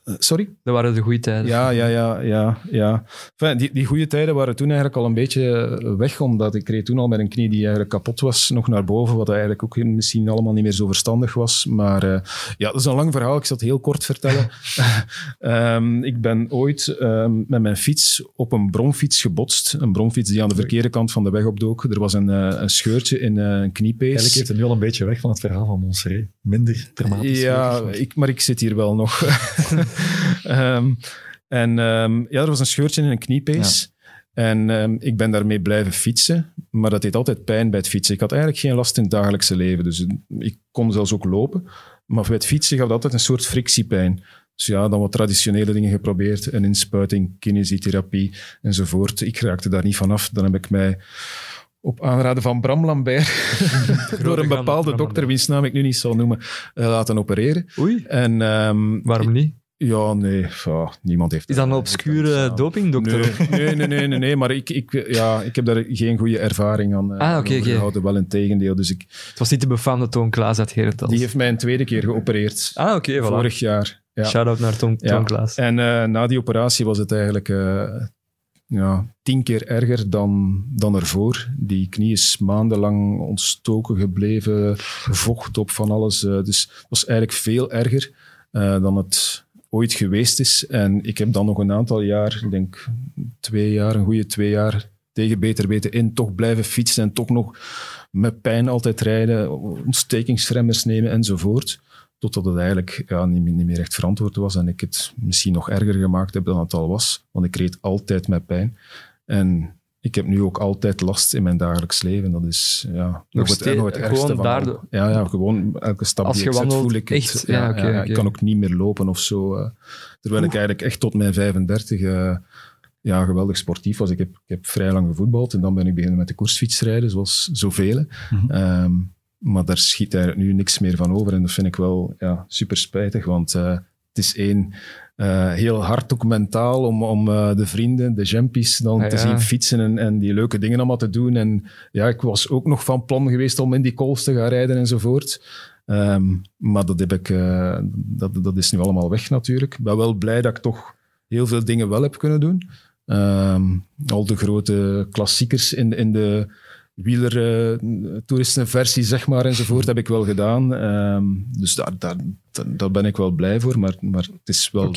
Sorry? Dat waren de goede tijden. Ja. Enfin, die goede tijden waren toen eigenlijk al een beetje weg, omdat ik reed toen al met een knie die eigenlijk kapot was, nog naar boven, wat eigenlijk ook misschien allemaal niet meer zo verstandig was. Maar dat is een lang verhaal, ik zal het heel kort vertellen. Ik ben ooit met mijn fiets op een bromfiets gebotst. Een bromfiets die aan de verkeerde kant van de weg opdook. Er was een scheurtje in een kniepees. Eigenlijk heeft het nu al een beetje weg van het verhaal van Montserrat. Minder dramatisch. Ja, maar ik zit hier wel nog. Er was een scheurtje in een kniepees. Ja. En ik ben daarmee blijven fietsen, maar dat deed altijd pijn bij het fietsen. Ik had eigenlijk geen last in het dagelijkse leven, dus ik kon zelfs ook lopen. Maar bij het fietsen gaf dat altijd een soort frictiepijn. Dus ja, dan wat traditionele dingen geprobeerd, een inspuiting, kinesietherapie enzovoort. Ik raakte daar niet vanaf. Dan heb ik mij op aanraden van Bram Lambert door een bepaalde dokter, wiens naam ik nu niet zal noemen, laten opereren. Oei, en, waarom niet? Ja, nee. Niemand heeft... Is dat een obscure dopingdokter? Nee, maar ik heb daar geen goede ervaring aan overgehouden. Wel in tegendeel. Dus het was niet de befaamde Toon Klaas uit Herentals. Die heeft mij een tweede keer geopereerd. Vorig jaar. Ja. Shout-out naar Toon Klaas. En na die operatie was het eigenlijk 10 keer erger dan ervoor. Die knie is maandenlang ontstoken gebleven, vocht op van alles. Dus het was eigenlijk veel erger dan het ooit geweest is. En ik heb dan nog een aantal jaar, ik denk 2 jaar, een goede 2 jaar, tegen beter weten in, toch blijven fietsen en toch nog met pijn altijd rijden, ontstekingsremmers nemen enzovoort. Totdat het eigenlijk niet meer echt verantwoord was en ik het misschien nog erger gemaakt heb dan het al was. Want ik reed altijd met pijn. En ik heb nu ook altijd last in mijn dagelijks leven. Dat is nog het ergste van daardoor. Gewoon elke stap die ik zet, voel ik het. Echt? Ik kan ook niet meer lopen of zo. Terwijl ik eigenlijk echt tot mijn 35 geweldig sportief was. Ik heb vrij lang gevoetbald en dan ben ik beginnen met de koersfietsrijden, zoals zoveel. Mm-hmm. Maar daar schiet eigenlijk nu niks meer van over. En dat vind ik wel super spijtig, want het is heel hard ook mentaal om de vrienden, de jampies, dan te zien fietsen en die leuke dingen allemaal te doen. En ik was ook nog van plan geweest om in die calls te gaan rijden enzovoort. Maar dat is nu allemaal weg natuurlijk. Ik ben wel blij dat ik toch heel veel dingen wel heb kunnen doen. Al de grote klassiekers in de wielertoeristenversie, zeg maar, enzovoort, heb ik wel gedaan. Dus daar ben ik wel blij voor, maar het is wel...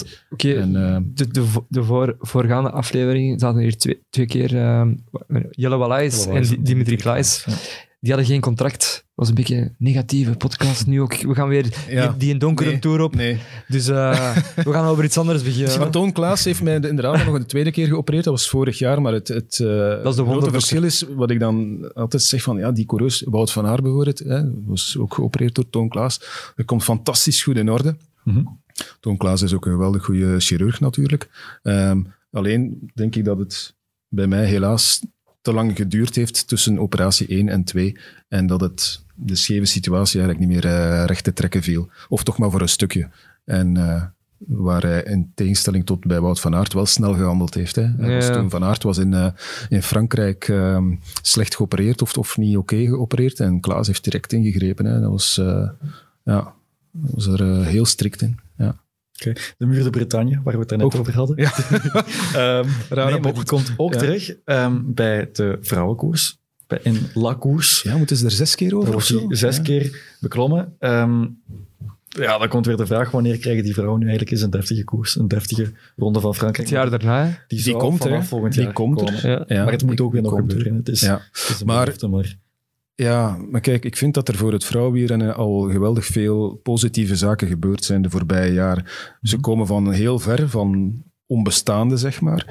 De voorgaande afleveringen zaten hier twee keer Jelle Wallace en Dimitri Klaes. Ja. Die hadden geen contract. Dat was een beetje een negatieve podcast nu ook. We gaan weer die een donkere tour op. Nee. Dus we gaan over iets anders beginnen. Toon Klaas heeft mij inderdaad nog een tweede keer geopereerd. Dat was vorig jaar, maar het grote verschil is, wat ik dan altijd zeg van, die coureurs, Wout van Aert bijvoorbeeld, was ook geopereerd door Toon Klaas. Dat komt fantastisch goed in orde. Mm-hmm. Toon Klaas is ook een geweldig goede chirurg natuurlijk. Alleen denk ik dat het bij mij helaas te lang geduurd heeft tussen operatie 1 en 2 en dat de scheve situatie eigenlijk niet meer recht te trekken viel. Of toch maar voor een stukje. En waar hij in tegenstelling tot bij Wout van Aert wel snel gehandeld heeft. Hè. Toen Van Aert was in Frankrijk slecht geopereerd of niet oké geopereerd en Klaas heeft direct ingegrepen. Hè. Dat was er heel strikt in. Ja. Okay. De Muur de Bretagne, waar we het net over hadden. Ja. Maar die komt ook terug bij de vrouwenkoers, in La Course. Ja, moeten ze er 6 keer over? Daar wordt hij 6 keer beklommen. Dan komt weer de vraag, wanneer krijgen die vrouwen nu eigenlijk eens een deftige koers, een deftige ronde van Frankrijk? Het jaar daarna. Die komt, hè. Volgend jaar komen. Ja. Maar het moet ook weer nog gebeuren. Het is een belofte, maar... Ja, maar kijk, ik vind dat er voor het vrouwenwielrennen al geweldig veel positieve zaken gebeurd zijn de voorbije jaren. Ze komen van heel ver, van onbestaande, zeg maar,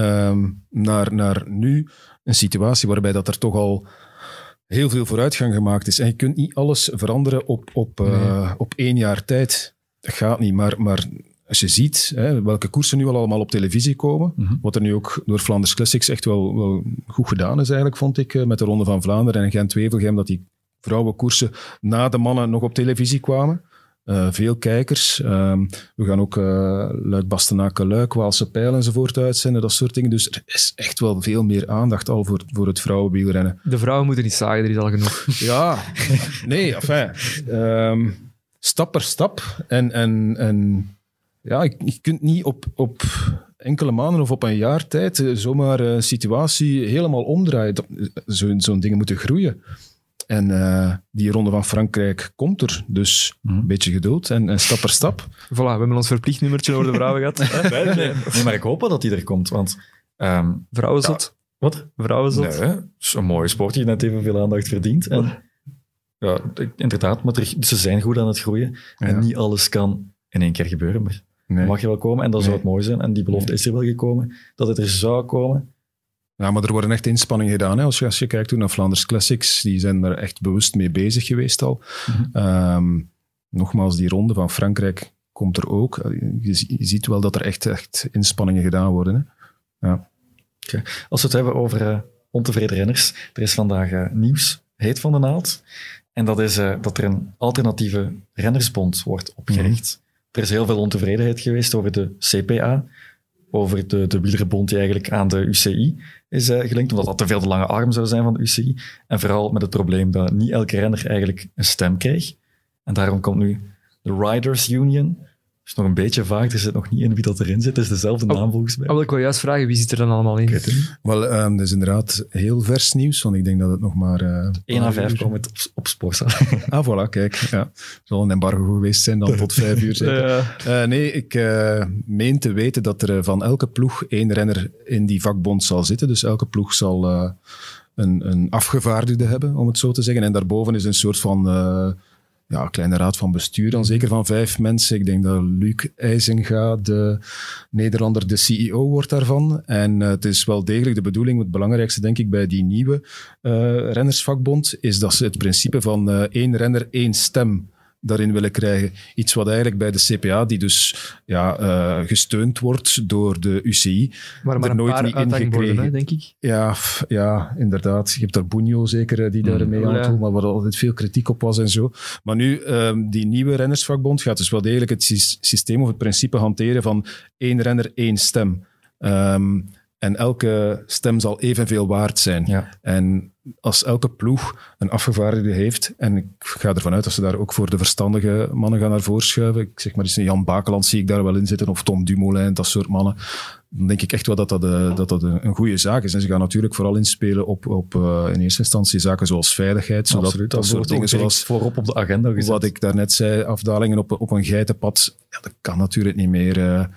naar nu een situatie waarbij dat er toch al heel veel vooruitgang gemaakt is. En je kunt niet alles veranderen op 1 jaar tijd. Dat gaat niet, maar als je ziet welke koersen nu al allemaal op televisie komen, wat er nu ook door Flanders Classics echt wel goed gedaan is eigenlijk, vond ik, met de Ronde van Vlaanderen en Gent-Wevelgem, dat die vrouwenkoersen na de mannen nog op televisie kwamen. Veel kijkers. We gaan ook Luik-Bastenaken-Luik, Waalse Pijl enzovoort uitzenden, dat soort dingen. Dus er is echt wel veel meer aandacht al voor het vrouwenwielrennen. De vrouwen moeten niet zagen, er is al genoeg. Ja, nee, enfin. Stap per stap. En Ja, je kunt niet op enkele maanden of op een jaar tijd zomaar een situatie helemaal omdraaien. Zo'n dingen moeten groeien. En die Ronde van Frankrijk komt er. Dus een beetje geduld en stap per stap. Voilà, we hebben ons verplicht nummertje over de vrouwen gehad. Nee, maar ik hoop wel dat die er komt. Want, vrouwenzot. Wat? Vrouwenzot. Nee, het is een mooie sport die net evenveel aandacht verdient. En, ja, inderdaad, maar ze zijn goed aan het groeien. Ja. En niet alles kan in één keer gebeuren. Maar dat mag je wel komen en dat zou het mooi zijn. En die belofte is er wel gekomen, dat het er zou komen. Ja, maar er worden echt inspanningen gedaan. Hè. Als je kijkt naar Flanders Classics, die zijn er echt bewust mee bezig geweest al. Nogmaals, die Ronde van Frankrijk komt er ook. Je ziet wel dat er echt inspanningen gedaan worden. Hè. Ja. Okay. Als we het hebben over ontevreden renners, er is vandaag nieuws, heet van de naald. En dat is dat er een alternatieve rennersbond wordt opgericht. Er is heel veel ontevredenheid geweest over de CPA, over de wielerbond die eigenlijk aan de UCI is gelinkt, omdat dat te veel de lange arm zou zijn van de UCI. En vooral met het probleem dat niet elke renner eigenlijk een stem kreeg. En daarom komt nu de Riders Union. Dat is nog een beetje vaag, er zit nog niet in wie dat erin zit. Het is dezelfde naam volgens mij. Wil ik wel juist vragen, wie zit er dan allemaal in? Wel, dat is inderdaad heel vers nieuws, want ik denk dat het nog maar... 1 à 5 komen het op Sporza. Voilà, kijk. Ja. Het zal een embargo geweest zijn dan tot 5 uur zeker. Nee, ik meen te weten dat er van elke ploeg 1 renner in die vakbond zal zitten. Dus elke ploeg zal een afgevaardigde hebben, om het zo te zeggen. En daarboven is een soort van... kleine raad van bestuur dan zeker van 5 mensen. Ik denk dat Luc IJzenga, de Nederlander, de CEO wordt daarvan. En het is wel degelijk de bedoeling, het belangrijkste denk ik bij die nieuwe rennersvakbond, is dat ze het principe van 1 renner, 1 stem daarin willen krijgen. Iets wat eigenlijk bij de CPA, die dus gesteund wordt door de UCI, maar er nooit niet ingekregen, denk ik. Ja, inderdaad. Je hebt daar Bunjo zeker, die daar mee aan het doen, maar waar altijd veel kritiek op was en zo. Maar nu, die nieuwe rennersvakbond gaat dus wel degelijk het systeem of het principe hanteren van 1 renner, 1 stem. En elke stem zal evenveel waard zijn. Ja. En als elke ploeg een afgevaardigde heeft, en ik ga ervan uit dat ze daar ook voor de verstandige mannen gaan naar voren schuiven, ik zeg maar eens Jan Bakeland zie ik daar wel in zitten, of Tom Dumoulin, dat soort mannen, dan denk ik echt wel dat een goede zaak is. En ze gaan natuurlijk vooral inspelen op in eerste instantie zaken zoals veiligheid, zodat absoluut, dat soort dingen zoals voorop op de agenda gezet. Wat ik daarnet zei, afdalingen op een geitenpad, dat kan natuurlijk niet meer...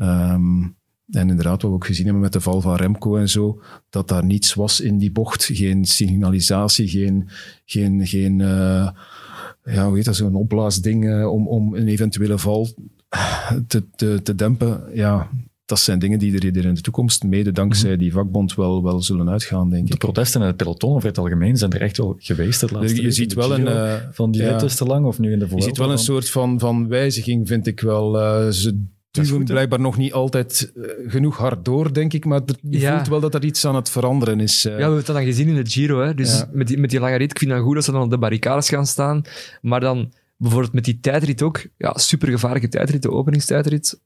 En inderdaad, wat we ook gezien hebben met de val van Remco en zo, dat daar niets was in die bocht. Geen signalisatie, geen hoe heet dat, zo'n opblaasding om een eventuele val te dempen. Ja, dat zijn dingen die er in de toekomst mede dankzij die vakbond wel zullen uitgaan, denk ik. De protesten in het peloton over het algemeen zijn er echt wel geweest het laatste je ziet wel van die rit is te lang, of nu in de Je ziet wel een soort van wijziging, vind ik wel. Ze duwen blijkbaar nog niet altijd genoeg hard door, denk ik, maar je voelt wel dat er iets aan het veranderen is. Ja, we hebben het dan gezien in de Giro. Hè? Dus met die lange rit, ik vind het goed dat ze dan op de barricades gaan staan, maar dan bijvoorbeeld met die tijdrit ook, super gevaarlijke tijdrit, de openingstijdrit.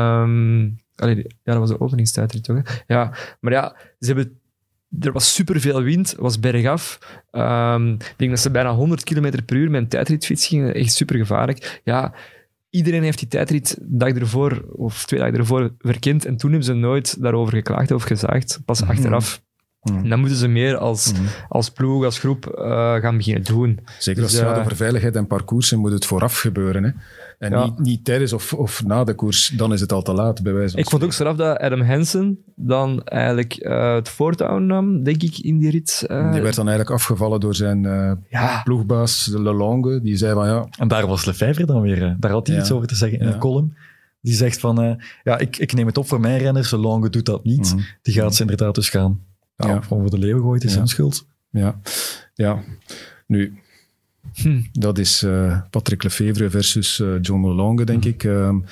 Dat was de openingstijdrit toch? Hè? Ja, maar er was superveel wind, was bergaf. Ik denk dat ze bijna 100 km per uur met een tijdritfiets gingen, echt super gevaarlijk. Ja, iedereen heeft die tijdrit dag ervoor, of 2 dagen ervoor, verkend en toen hebben ze nooit daarover geklaagd of gezaagd, pas achteraf. En dan moeten ze meer als ploeg, als groep gaan beginnen doen. Zeker als het gaat over veiligheid en parcoursen, moet het vooraf gebeuren. Hè? En niet tijdens of na de koers, dan is het al te laat, bij wijze van Ik vond ook straf dat Adam Hansen dan eigenlijk het voortouw nam, denk ik, in die rit. Die werd dan eigenlijk afgevallen door zijn ploegbaas, Lelonge, die zei van En daar was Lefevre dan weer. Daar had hij iets over te zeggen in een column. Die zegt van, ik neem het op voor mijn renners, Lelonge doet dat niet. Die gaat ze inderdaad dus gaan voor de leeuw gooien, het is zijn schuld. Ja. Nu... Dat is Patrick Lefevre versus John Lelonge, denk ik.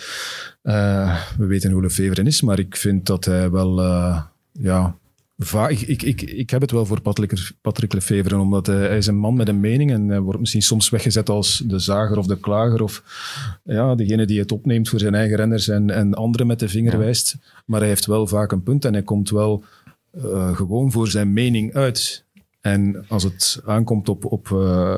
We weten hoe Lefevre is, maar ik vind dat hij wel... Ik heb het wel voor Patrick Lefevre, omdat hij is een man met een mening en hij wordt misschien soms weggezet als de zager of de klager of degene die het opneemt voor zijn eigen renners en anderen met de vinger wijst. Maar hij heeft wel vaak een punt en hij komt wel gewoon voor zijn mening uit. En als het aankomt op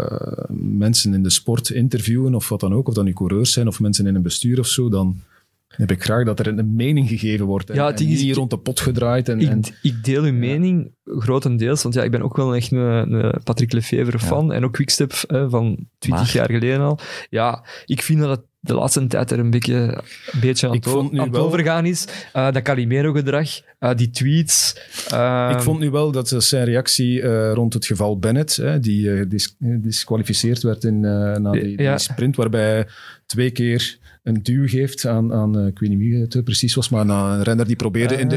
mensen in de sport interviewen of wat dan ook, of dat nu coureurs zijn of mensen in een bestuur of zo, dan heb ik graag dat er een mening gegeven wordt. Ja, en niet rond de pot gedraaid. Ik deel uw mening grotendeels, want ik ben ook wel echt een Patrick Lefevre fan. En ook Quickstep van 20 jaar geleden al. Ja, ik vind dat het de laatste tijd er een beetje aan het overgaan is. Dat Calimero-gedrag, die tweets. Ik vond nu wel dat zijn reactie rond het geval Bennett, die gedisqualificeerd werd na die sprint, waarbij hij 2 keer een duw geeft aan ik weet niet wie het precies was, maar een renner die probeerde in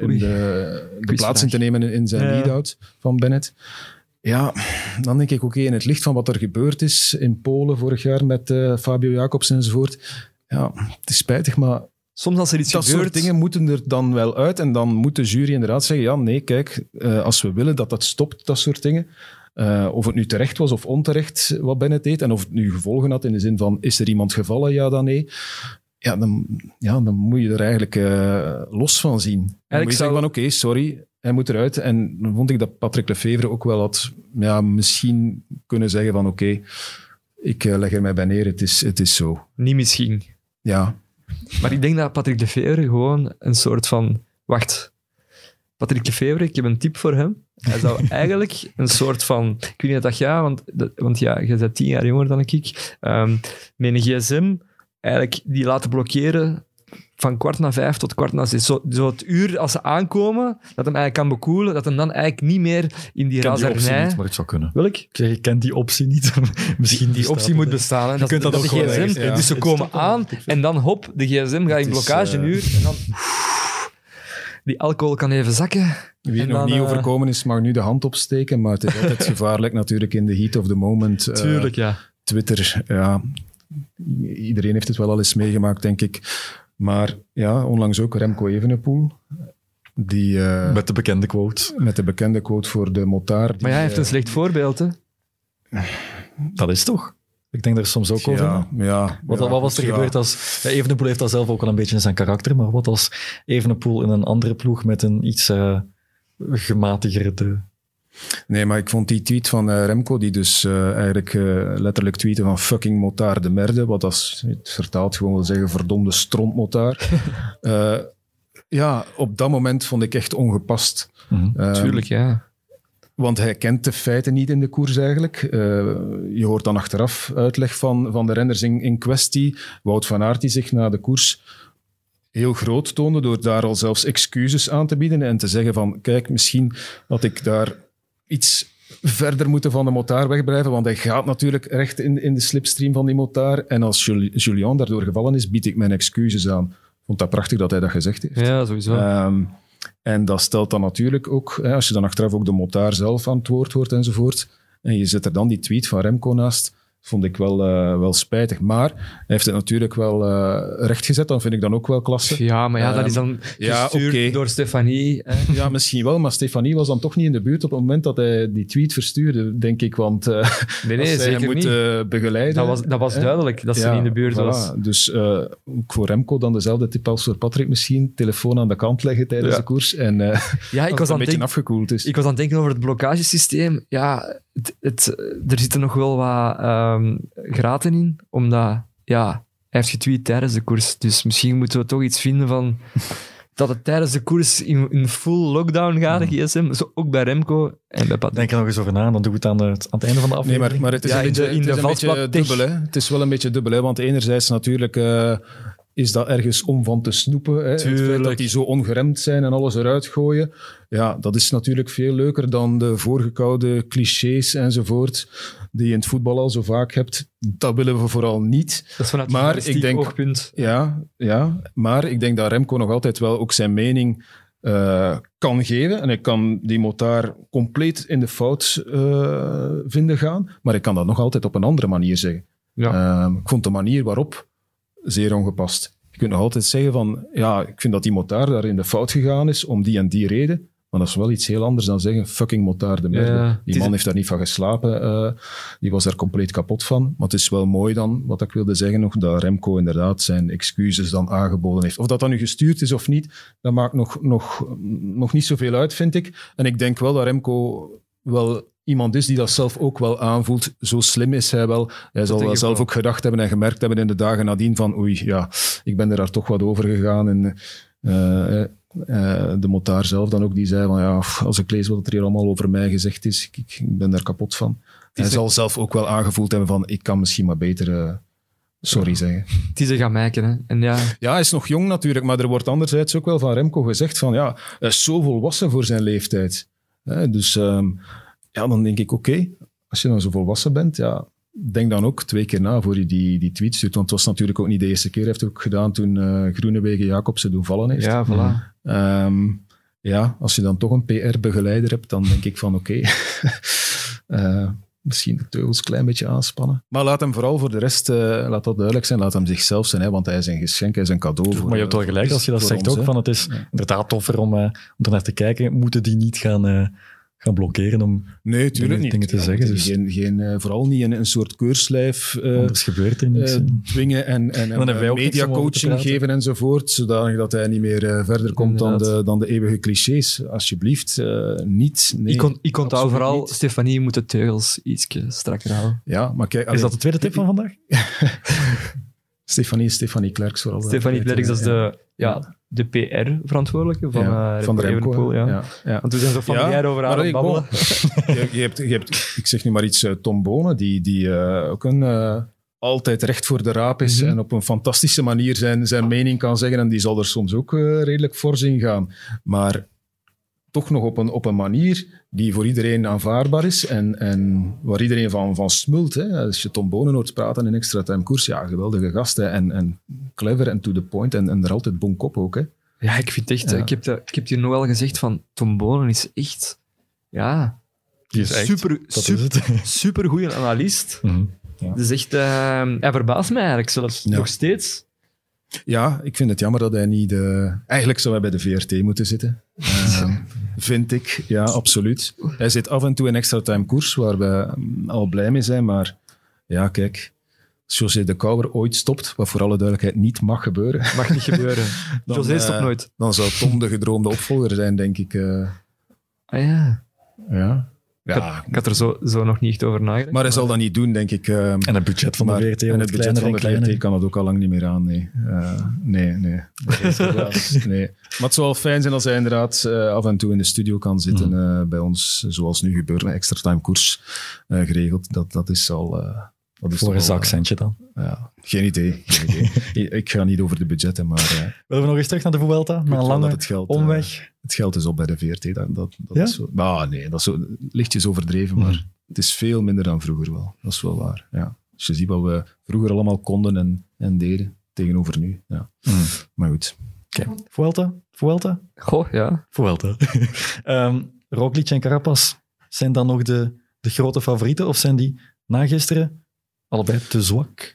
de plaats in te nemen in zijn lead-out van Bennett. Ja, dan denk ik, oké, in het licht van wat er gebeurd is in Polen vorig jaar met Fabio Jacobs enzovoort. Ja, het is spijtig, maar soms als er iets dat gebeurt... soort dingen moeten er dan wel uit. En dan moet de jury inderdaad zeggen, ja, nee, kijk, als we willen dat stopt, dat soort dingen. Of het nu terecht was of onterecht wat Bennett deed. En of het nu gevolgen had in de zin van, is er iemand gevallen, ja dan nee. Ja, dan moet je er eigenlijk los van zien. Dan moet je zeggen van, oké, sorry, hij moet eruit. En dan vond ik dat Patrick Lefevre ook wel had misschien kunnen zeggen van, oké, ik leg er mij bij neer, het is zo. Niet misschien. Ja. Maar ik denk dat Patrick Lefevre gewoon een soort van... Wacht, Patrick Lefevre, ik heb een tip voor hem. Hij zou eigenlijk een soort van... Ik weet niet dat ja, want ja, je bent 10 jaar jonger dan ik. Met een gsm, eigenlijk die laten blokkeren van 4:45 tot 4:45. Zo het uur als ze aankomen, dat hem eigenlijk kan bekoelen, dat hem dan eigenlijk niet meer in die razernij... Ik ken die optie niet, maar het zou kunnen. Welk? Ik ken die optie niet. Misschien die optie moet bestaan. Hè. Je kunt dat ook gewoon gsm, dus ze komen aan en dan hop, de gsm gaat in blokkageuur en dan... Die alcohol kan even zakken. Wie nog niet overkomen is, mag nu de hand opsteken, maar het is altijd gevaarlijk natuurlijk in de heat of the moment. Tuurlijk, ja. Twitter, ja. Iedereen heeft het wel al eens meegemaakt, denk ik. Maar ja, onlangs ook Remco Evenepoel. Met de bekende quote. Met de bekende quote voor de motaar. Maar hij heeft een slecht voorbeeld, hè? Dat is toch? Ik denk daar soms ook over. Wat was er gebeurd als... Evenepoel heeft dat zelf ook al een beetje in zijn karakter, maar wat als Evenepoel in een andere ploeg met een iets gematigerde... Nee, maar ik vond die tweet van Remco, die dus eigenlijk letterlijk tweette van fucking motaar de merde, wat als het vertaald gewoon wil zeggen verdomde strontmotaar. Op dat moment vond ik echt ongepast. Tuurlijk, ja. Want hij kent de feiten niet in de koers eigenlijk. Je hoort dan achteraf uitleg van de renners in kwestie. Wout van Aert die zich na de koers heel groot toonde door daar al zelfs excuses aan te bieden en te zeggen van kijk, misschien had ik daar iets verder moeten van de motaar wegblijven, want hij gaat natuurlijk recht in de slipstream van die motaar. En als Julian daardoor gevallen is, bied ik mijn excuses aan. Ik vond dat prachtig dat hij dat gezegd heeft. Ja, sowieso. En dat stelt dan natuurlijk ook, als je dan achteraf ook de motaar zelf aan het woord hoort enzovoort, en je zet er dan die tweet van Remco naast, vond ik wel spijtig. Maar hij heeft het natuurlijk wel rechtgezet, dan vind ik dan ook wel klasse. Ja, maar dat is dan gestuurd door Stefanie. Ja, misschien wel, maar Stefanie was dan toch niet in de buurt op het moment dat hij die tweet verstuurde, denk ik. Want nee, zeker moet begeleiden... Dat was duidelijk, dat ze niet in de buurt was. Dus ook voor Remco dan dezelfde tip als voor Patrick misschien. Telefoon aan de kant leggen tijdens de koers. En ik was een beetje afgekoeld is. Ik was aan het denken over het blokkagesysteem. Ja, er zitten nog wel wat graten in, omdat hij heeft getweet tijdens de koers. Dus misschien moeten we toch iets vinden van dat het tijdens de koers in full lockdown gaat, de gsm. Zo ook bij Remco en bij Patrick. Denk er nog eens over na, dan doen we het aan het einde van de aflevering. Nee, maar het is een beetje dubbel. Hè? Het is wel een beetje dubbel, hè? Want enerzijds natuurlijk... is dat ergens om van te snoepen. Hè? Het feit dat die zo ongeremd zijn en alles eruit gooien. Ja, dat is natuurlijk veel leuker dan de voorgekoude clichés enzovoort die je in het voetbal al zo vaak hebt. Dat willen we vooral niet. Dat is vanuit het journalistiek oogpunt. Ja, maar ik denk dat Remco nog altijd wel ook zijn mening kan geven. En ik kan die motaar compleet in de fout vinden gaan. Maar ik kan dat nog altijd op een andere manier zeggen. Ja. Ik vond de manier waarop zeer ongepast. Je kunt nog altijd zeggen van, ik vind dat die motaar daar in de fout gegaan is om die en die reden, maar dat is wel iets heel anders dan zeggen, fucking motaar de merde. Ja, die man heeft daar niet van geslapen, die was er compleet kapot van. Maar het is wel mooi dan, wat ik wilde zeggen nog, dat Remco inderdaad zijn excuses dan aangeboden heeft. Of dat nu gestuurd is of niet, dat maakt nog niet zoveel uit, vind ik. En ik denk wel dat Remco wel iemand is die dat zelf ook wel aanvoelt. Zo slim is hij wel. Hij zal wel zelf ook gedacht hebben en gemerkt hebben in de dagen nadien van oei, ja, ik ben er daar toch wat over gegaan. En de motaar zelf dan ook, die zei van ja, als ik lees wat er hier allemaal over mij gezegd is, ik ben daar kapot van. Hij zal zelf ook wel aangevoeld hebben van ik kan misschien maar beter sorry zeggen. Het is een gamijken, hè. En ja, hij is nog jong natuurlijk, maar er wordt anderzijds ook wel van Remco gezegd van ja, hij is zo volwassen voor zijn leeftijd. Dus dan denk ik oké, als je dan zo volwassen bent, ja, denk dan ook 2 keer na voor je die tweet stuurt. Want het was natuurlijk ook niet de eerste keer. Hij heeft het ook gedaan toen Groenewegen Jacobsen doen vallen heeft. Ja, voilà. Als je dan toch een PR-begeleider hebt, dan denk ik van oké. Misschien de teugels een klein beetje aanspannen. Maar laat hem vooral voor de rest, laat dat duidelijk zijn, laat hem zichzelf zijn, hè, want hij is een geschenk, hij is een cadeau. Maar je hebt wel gelijk als je dat zegt ons, ook, van het is inderdaad toffer om er naar te kijken. Moeten die niet gaan blokkeren om dingen te zeggen? Dus. Vooral niet een soort keurslijf anders gebeurt er niks. Dwingen en mediacoaching geven enzovoort, zodat hij niet meer verder komt dan de eeuwige clichés. Alsjeblieft, niet. Nee, ik onthoud vooral, Stefanie moet de teugels iets strakker houden. Ja, maar kijk, is dat de tweede tip van vandaag? Stefanie Klerks vooral. Stefanie Klerks, dat is de PR-verantwoordelijke van de Remco. Ja. Want we zijn zo familiair over aan het babbelen. Je hebt, ik zeg nu maar iets, Tom Bonen, die ook altijd recht voor de raap is en op een fantastische manier zijn mening kan zeggen. En die zal er soms ook redelijk fors in gaan. Maar toch nog op een manier die voor iedereen aanvaardbaar is en waar iedereen van smult. Hè. Als je Tom Bonen hoort praten in extra time koers, ja, geweldige gast hè. En clever en to the point en er altijd bonkop ook. Hè. Ja, ik vind echt, ik heb hier nog wel gezegd van Tom Bonen is echt, die is super goede analist. Mm-hmm. Ja. Dus echt, hij verbaast mij eigenlijk zelfs nog steeds. Ja, ik vind het jammer dat hij niet... Eigenlijk zou hij bij de VRT moeten zitten. Vind ik, ja, absoluut. Hij zit af en toe in extra time koers, waar we al blij mee zijn. Maar ja, kijk, als José de Kouwer ooit stopt, wat voor alle duidelijkheid niet mag gebeuren. Mag niet gebeuren. José stopt nooit. Dan zou Tom de gedroomde opvolger zijn, denk ik. Ja. Ja. Ik had er zo nog niet echt over nagedacht. Maar hij zal dat niet doen, denk ik. En het budget van de VRT en het budget van de VRT kan dat ook al lang niet meer aan. Nee. Nee. Maar het zou wel fijn zijn als hij inderdaad af en toe in de studio kan zitten bij ons, zoals nu gebeurt met extra time koers geregeld. Dat is al... voor een zakcentje dan? Ja, geen idee. Ik ga niet over de budgetten, maar... Willen we nog eens terug naar de Vuelta? Na een lange omweg? Het geld is op bij de VRT. Dat is zo, nee, dat is zo lichtjes overdreven, maar het is veel minder dan vroeger wel. Dat is wel waar, ja. Als je ziet wat we vroeger allemaal konden en deden, tegenover nu. Ja. Maar goed. Oké. Vuelta? Goh, ja. Vuelta. Roglic en Carapaz, zijn dan nog de grote favorieten? Of zijn die na gisteren allebei te zwak?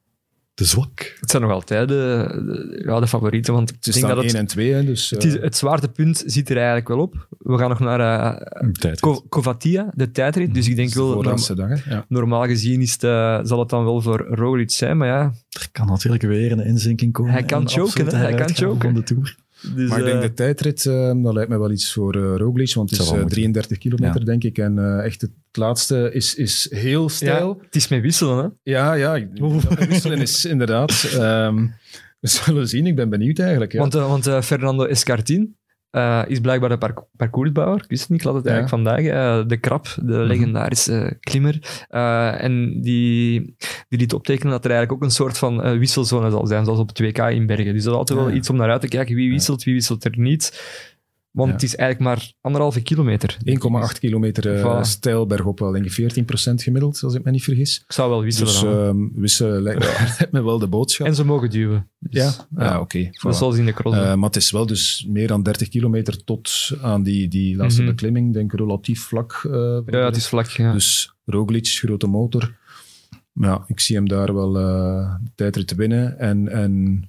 Het zijn nog altijd de favorieten. Want ik denk dat 1 en 2. Hè, dus, het zwaartepunt zit er eigenlijk wel op. We gaan nog naar Covatia, de tijdrit. Dus ik denk wel... Normaal gezien zal het dan wel voor Roglic zijn, maar ja... Er kan natuurlijk weer een inzinking komen. Hij kan choken. Van de Tour. Dus, maar ik denk de tijdrit, dat lijkt me wel iets voor Roglic, want het is 33 kilometer, denk ik. En echt het laatste is heel stijl. Ja, het is met wisselen, hè? Ja, wisselen is inderdaad... we zullen zien, ik ben benieuwd eigenlijk. Ja. Want Fernando Escartin is blijkbaar de parcoursbouwer. Ik wist het niet, ik las het eigenlijk vandaag. De Krap, de legendarische klimmer. En die liet optekenen dat er eigenlijk ook een soort van wisselzone zal zijn, zoals op 2K in Bergen. Dus dat is altijd wel iets om naar uit te kijken. Wie wisselt er niet. Want het is eigenlijk maar 1,5 kilometer. 1,8 kilometer steil bergop wel, denk ik 14% gemiddeld, als ik me niet vergis. Ik zou wel wisselen. Dus wisselen lijkt me wel de boodschap. En ze mogen duwen. Dus, oké. Voilà. Zoals in de cross. Maar het is wel dus meer dan 30 kilometer tot aan die laatste beklimming, denk ik relatief vlak. Het is vlak, ja. Dus Roglic, grote motor. Ja, ik zie hem daar wel de tijdrit te winnen. En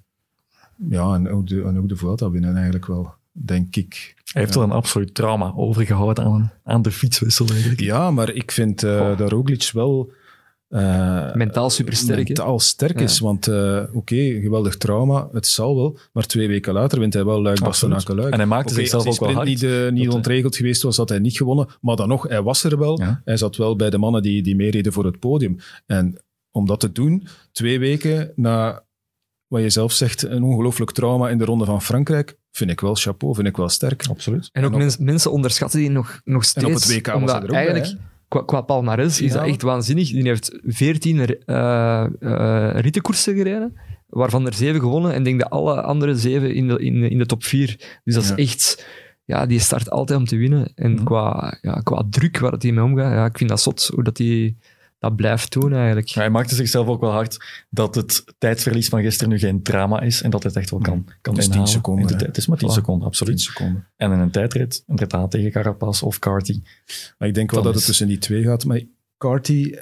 ook de Vuelta winnen eigenlijk wel. Denk ik. Hij heeft wel een absoluut trauma overgehouden aan de fietswissel eigenlijk. Ja, maar ik vind dat Roglic wel mentaal supersterk. Mentaal sterk is, want geweldig trauma, het zal wel, maar 2 weken later wint hij wel Luik-Bastenaken-Luik. En hij maakte zichzelf ook wel hard. Als die sprint niet ontregeld geweest was, had hij niet gewonnen, maar dan nog, hij was er wel. Ja. Hij zat wel bij de mannen die meereden voor het podium. En om dat te doen, 2 weken na, wat je zelf zegt, een ongelooflijk trauma in de Ronde van Frankrijk, vind ik wel chapeau, vind ik wel sterk. Absoluut. En ook mensen onderschatten die nog steeds. En op het WK was hij er ook eigenlijk, bij, qua palmarès is dat echt waanzinnig. Die heeft 14 rittenkoersen gereden, waarvan er 7 gewonnen. En ik denk dat alle andere 7 in de top 4. Dus dat is echt... Ja, die start altijd om te winnen. En qua druk waar hij mee omgaat, ik vind dat zot hoe dat hij dat blijft doen eigenlijk. Ja, hij maakte zichzelf ook wel hard dat het tijdsverlies van gisteren nu geen drama is en dat hij het echt wel kan inhalen. Het is 10 seconden. Het is maar 10 seconden, absoluut. 10 seconden. En in een tijdrit, inderdaad, tegen Carapaz of Carty. Maar ik denk wel dat het tussen die 2 gaat. Maar Carty,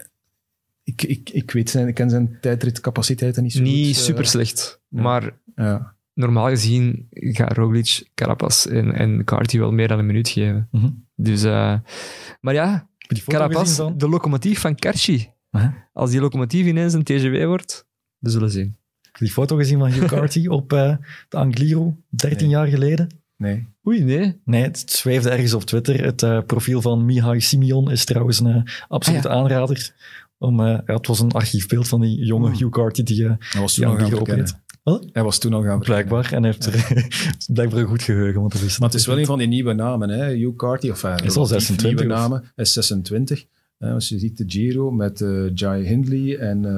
ik ken zijn tijdritcapaciteiten niet zo goed. Niet super slecht, maar normaal gezien gaat Roglic, Carapaz en Carty wel meer dan een minuut geven. Mm-hmm. Dus, maar ja, Carapaz, de locomotief van Carchi. Als die locomotief ineens een TGW wordt, we zullen zien. Heb je die foto gezien van Hugh Carty op de Angliru, 13 jaar geleden? Nee. Oei, nee. Nee, het zweefde ergens op Twitter. Het profiel van Mihai Simeon is trouwens een absolute aanrader. Het was een archiefbeeld van die jonge Hugh Carty die Angliru opreed. Hij was toen al gaan blijkbaar. En hij heeft blijkbaar een goed geheugen. Want dat is maar het is wel een van die nieuwe namen. Hè? Hugh Carty, hij is al 26. Nieuwe namen. Hij is 26. Als je ziet de Giro met Jai Hindley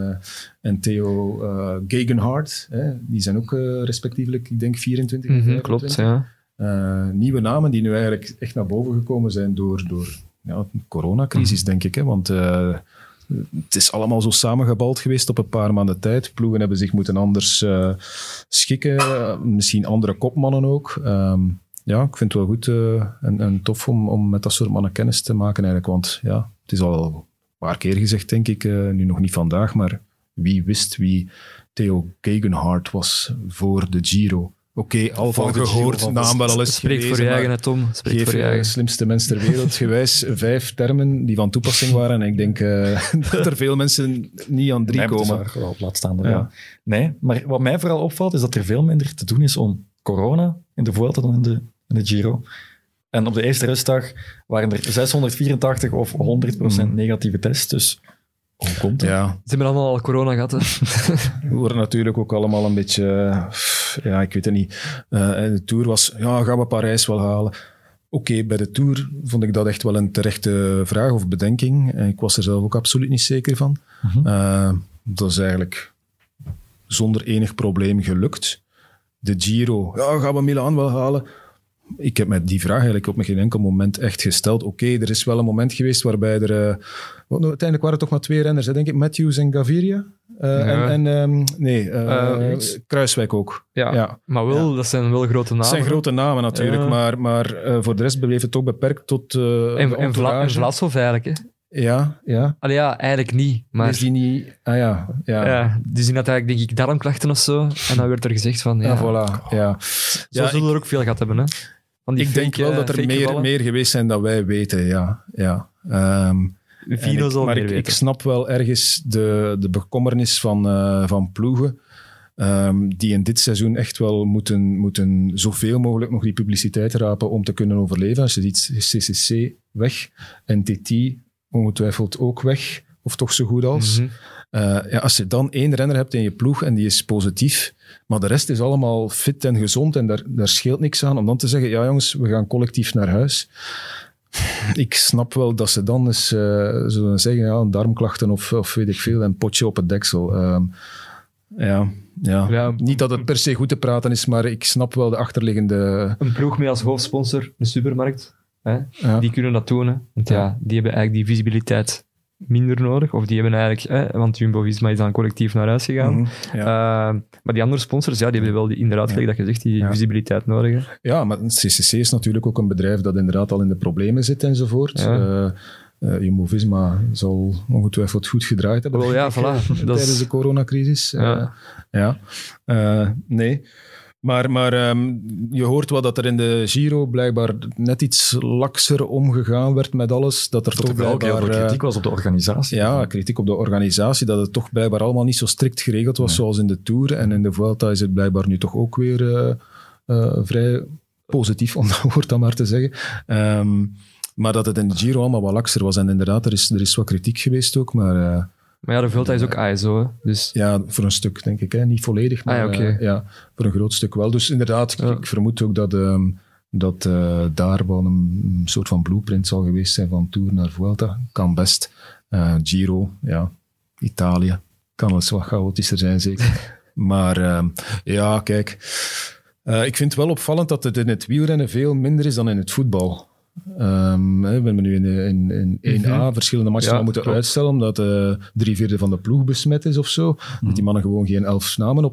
en Theo Gegenhardt. Die zijn ook respectievelijk, ik denk, 24 en 25. Klopt, ja. Nieuwe namen die nu eigenlijk echt naar boven gekomen zijn door de coronacrisis, denk ik. Hè? Want... het is allemaal zo samengebald geweest op een paar maanden tijd. Ploegen hebben zich moeten anders schikken. Misschien andere kopmannen ook. Ik vind het wel goed en tof om met dat soort mannen kennis te maken eigenlijk. Want het is al een paar keer gezegd, denk ik. Nu nog niet vandaag, maar wie wist wie Theo Gegenhardt was voor de Giro? Oké, al van gehoord, naam wel al eens Spreek gelezen. voor je eigen, Tom. Spreek voor je eigen. Slimste mens ter wereld gewijs 5 termen die van toepassing waren. En ik denk dat er veel mensen niet aan 3 komen. Laat staan. Ja. Nee, maar wat mij vooral opvalt, is dat er veel minder te doen is om corona in de Vuelta dan in de Giro. En op de eerste rustdag waren er 684 of 100% negatieve tests. Dus hoe komt dat? Ze hebben allemaal al corona gehad. We worden natuurlijk ook allemaal een beetje... ik weet het niet. De Tour was... gaan we Parijs wel halen? Oké, bij de Tour vond ik dat echt wel een terechte vraag of bedenking. Ik was er zelf ook absoluut niet zeker van. Dat is eigenlijk zonder enig probleem gelukt. De Giro, gaan we Milaan wel halen? Ik heb me die vraag eigenlijk op geen enkel moment echt gesteld. Oké, er is wel een moment geweest waarbij er... uiteindelijk waren het toch maar 2 renners, denk ik. Matthews en Gaviria. Kruiswijk ook. Ja. Maar wel, dat zijn wel grote namen. Dat zijn grote namen natuurlijk, maar voor de rest bleef het toch beperkt tot en Vlasov eigenlijk, hè? Ja. Eigenlijk niet. Maar... Is die niet... Dus die had eigenlijk, denk ik, darmklachten of zo. En dan werd er gezegd van... voilà. Ja. Zo zullen er ook veel gehad hebben, hè? Ik denk wel dat er meer geweest zijn dan wij weten, ja. Vino zal meer weten. Ik snap wel ergens de bekommernis van ploegen die in dit seizoen echt wel moeten zoveel mogelijk nog die publiciteit rapen om te kunnen overleven. Als je ziet CCC weg en TT ongetwijfeld ook weg, of toch zo goed als. Als je dan 1 renner hebt in je ploeg en die is positief, maar de rest is allemaal fit en gezond en daar scheelt niks aan, om dan te zeggen, jongens, we gaan collectief naar huis. Ik snap wel dat ze dan eens zullen zeggen, darmklachten of weet ik veel, een potje op het deksel. Niet dat het per se goed te praten is, maar ik snap wel de achterliggende... Een ploeg mee als hoofdsponsor, een supermarkt, die kunnen dat doen. Hè? Want die hebben eigenlijk die visibiliteit minder nodig. Of die hebben eigenlijk... want Jumbo-Visma is dan collectief naar huis gegaan. Maar die andere sponsors, die hebben wel inderdaad, gelijk dat je zegt, die visibiliteit nodig. Hè? Ja, maar CCC is natuurlijk ook een bedrijf dat inderdaad al in de problemen zit enzovoort. Jumbo-Visma zal ongetwijfeld goed gedraaid hebben Voilà. tijdens de coronacrisis. Nee. Maar je hoort wel dat er in de Giro blijkbaar net iets lakser omgegaan werd met alles. Dat er toch blijkbaar ook heel veel kritiek was op de organisatie. Ja, kritiek op de organisatie. Dat het toch blijkbaar allemaal niet zo strikt geregeld was zoals in de Tour. En in de Vuelta is het blijkbaar nu toch ook weer vrij positief, om dat woord dan maar te zeggen. Maar dat het in de Giro allemaal wat lakser was. En inderdaad, er is wat kritiek geweest ook, maar... Maar ja, de Vuelta is ook ISO, hè? Dus... Ja, voor een stuk, denk ik. Hè. Niet volledig, maar ja, voor een groot stuk wel. Dus inderdaad, ik vermoed ook dat daar wel een soort van blueprint zal geweest zijn van Tour naar Vuelta. Kan best. Giro, ja. Italië. Kan wel eens wat chaotischer zijn, zeker. Maar ja, kijk. Ik vind het wel opvallend dat het in het wielrennen veel minder is dan in het voetbal. We hebben nu in 1A verschillende matchen moeten uitstellen, omdat 3/4 van de ploeg besmet is of zo. Dat die mannen gewoon geen 11 namen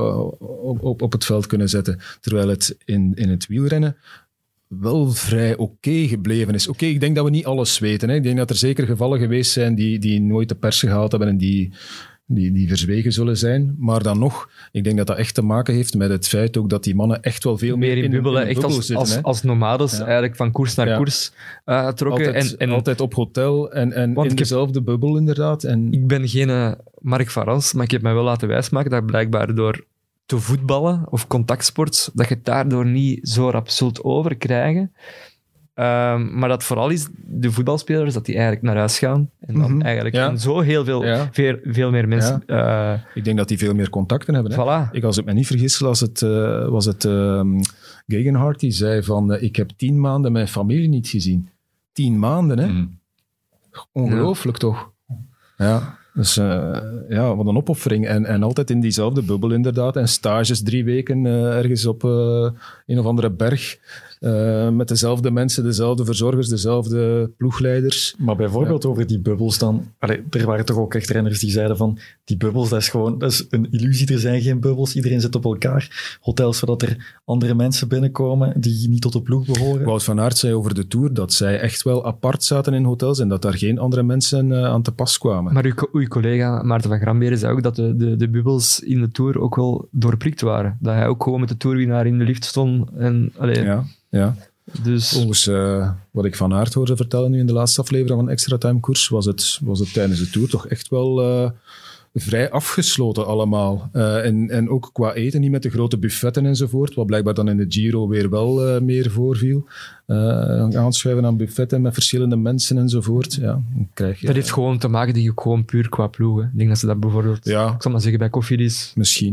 op het veld kunnen zetten. Terwijl het in het wielrennen wel vrij oké gebleven is. Oké, ik denk dat we niet alles weten. Hè. Ik denk dat er zeker gevallen geweest zijn die nooit de pers gehaald hebben en die verzwegen zullen zijn. Maar dan nog, ik denk dat dat echt te maken heeft met het feit ook dat die mannen echt wel veel meer in bubbelen, in echt zitten. Als nomades eigenlijk van koers naar koers trokken. Altijd op hotel en in dezelfde bubbel inderdaad. En... Ik ben geen Mark van Rans, maar ik heb mij wel laten wijsmaken dat blijkbaar door te voetballen of contactsport, dat je het daardoor niet zo rap zult overkrijgen. Maar dat vooral is de voetbalspelers, dat die eigenlijk naar huis gaan. En dan eigenlijk en zo heel veel meer mensen... ik denk dat die veel meer contacten hebben. Hè? Voilà. Als ik me niet vergis, was het Gegenhardt die zei van ik heb 10 maanden mijn familie niet gezien. 10 maanden, hè? Ongelooflijk toch? Ja. Dus wat een opoffering. En altijd in diezelfde bubbel inderdaad. En stages 3 weken ergens op een of andere berg. Met dezelfde mensen, dezelfde verzorgers, dezelfde ploegleiders. Maar bijvoorbeeld over die bubbels dan... er waren toch ook echt renners die zeiden van die bubbels, dat is een illusie, er zijn geen bubbels, iedereen zit op elkaar. Hotels zodat er andere mensen binnenkomen die niet tot de ploeg behoren. Wout van Aert zei over de Tour dat zij echt wel apart zaten in hotels en dat daar geen andere mensen aan te pas kwamen. Maar uw collega Maarten van Gramberen zei ook dat de bubbels in de Tour ook wel doorprikt waren. Dat hij ook gewoon met de Tourwinnaar in de lift stond. En, Ja. Dus... Volgens wat ik van Aert hoorde vertellen nu in de laatste aflevering van Extra Time Koers, was het tijdens de Tour toch echt wel vrij afgesloten allemaal. En ook qua eten, niet met de grote buffetten enzovoort, wat blijkbaar dan in de Giro weer wel meer voorviel. Aanschuiven aan buffetten met verschillende mensen enzovoort. Ja, dan krijg je, dat heeft gewoon te maken, denk ik, gewoon puur qua ploeg. Ik denk dat ze dat bijvoorbeeld... Ja. Ik zal maar zeggen, bij Cofidis misschien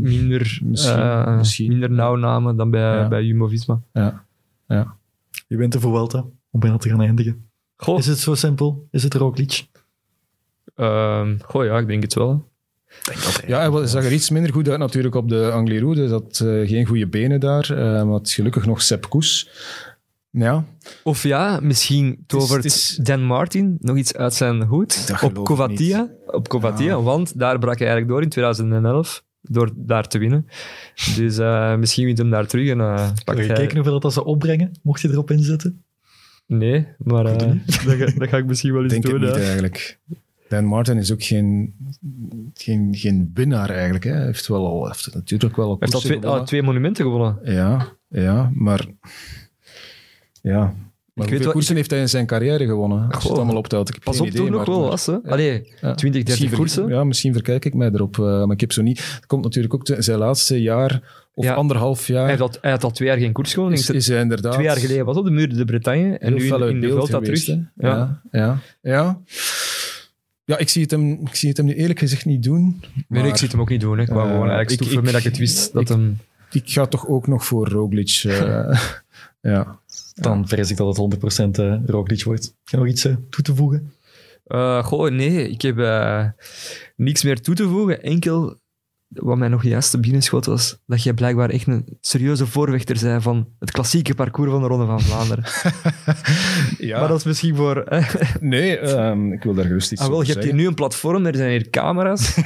minder nauw namen dan bij Jumbo-Visma. Ja. Je bent er voor Vuelta, om bijna te gaan eindigen. Goh. Is het zo simpel? Is het Roglic? Ja, ik denk het wel. Hij zag er iets minder goed uit natuurlijk op de Angliru. Hij had geen goede benen daar. Maar het is gelukkig nog Sepp Kuss. Ja. Of misschien tovert Dan Martin nog iets uit zijn hoed op Covatia. Want daar brak hij eigenlijk door in 2011. Door daar te winnen. Dus misschien wint hem daar terug. Heb je gekeken hoeveel dat ze opbrengen? Mocht je erop inzetten? Nee, maar dat ga ik misschien wel eens doen. Ik denk het niet eigenlijk. Dan Martin is ook geen winnaar eigenlijk. Hè. Hij heeft natuurlijk wel... Hij heeft al 2 monumenten gewonnen. Ja, maar... Ja... Maar hoeveel koersen heeft hij in zijn carrière gewonnen? Als je het allemaal optelt. Ik heb pas op, toen nog wel was. Allee, 20, 30 koersen. Ja, misschien verkijk ik mij erop. Maar ik heb zo niet... Het komt natuurlijk ook zijn laatste jaar of 1,5 jaar... Hij had al 2 jaar geen koers gewonnen. Is hij inderdaad... 2 jaar geleden was op de Muur de Bretagne. En nu in de Vuelta terug. Ja. Ja, ik zie het hem nu eerlijk gezegd niet doen. Nee, ik zie het hem ook niet doen. Ik wou gewoon eigenlijk stoeven met dat ik het wist. Ik ga toch ook nog voor Roglic... ja. Dan vrees ik dat het 100% Roglic wordt. Heb je nog iets toe te voegen? Nee. Ik heb niks meer toe te voegen. Enkel, wat mij nog juist te binnen schoot, was dat jij blijkbaar echt een serieuze voorvechter bent van het klassieke parcours van de Ronde van Vlaanderen. Ja. Maar dat is misschien voor... Nee, ik wil daar gerust iets over zeggen. Je hebt hier nu een platform, er zijn hier camera's.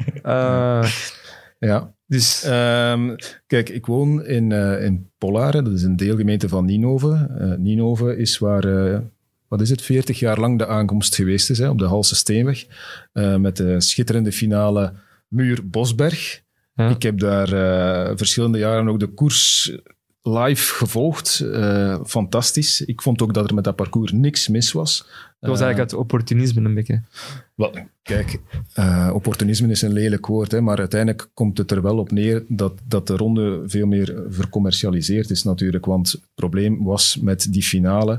Ja. Dus... kijk, ik woon in Pollaren, dat is een deelgemeente van Ninove. Ninove is waar, 40 jaar lang de aankomst geweest is, op de Halse Steenweg. Met de schitterende finale Muur-Bosberg. Ja. Ik heb daar verschillende jaren ook de koers live gevolgd. Fantastisch. Ik vond ook dat er met dat parcours niks mis was. Dat was eigenlijk het opportunisme een beetje. Wel, kijk, opportunisme is een lelijk woord, hè, maar uiteindelijk komt het er wel op neer dat de ronde veel meer vercommercialiseerd is natuurlijk. Want het probleem was met die finale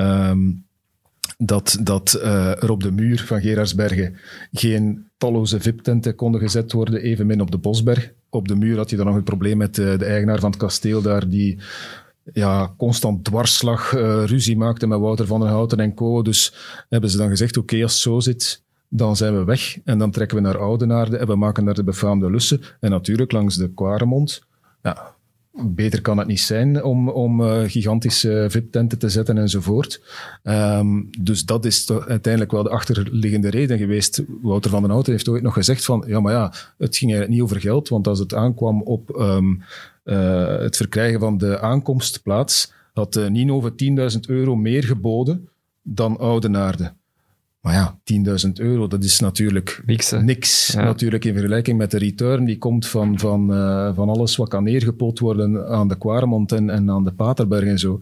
dat er op de muur van Geraardsbergen geen talloze VIP-tenten konden gezet worden, evenmin op de Bosberg. Op de muur had je dan nog het probleem met de eigenaar van het kasteel daar, die constant dwarsslag, ruzie maakte met Wouter van den Houten en co. Dus hebben ze dan gezegd, oké, als het zo zit, dan zijn we weg. En dan trekken we naar Oudenaarde en we maken daar de befaamde Lussen. En natuurlijk langs de Quaremont. Ja, beter kan het niet zijn om gigantische VIP-tenten te zetten enzovoort. Dus dat is uiteindelijk wel de achterliggende reden geweest. Wouter van den Houten heeft ooit nog gezegd van, het ging eigenlijk niet over geld, want als het aankwam op het verkrijgen van de aankomstplaats, had Nino €10.000 meer geboden dan Oudenaarde. Maar ja, €10.000, dat is natuurlijk niks. Ja. Natuurlijk in vergelijking met de return die komt van alles wat kan neergepot worden aan de Quaremont en aan de Paterberg en zo.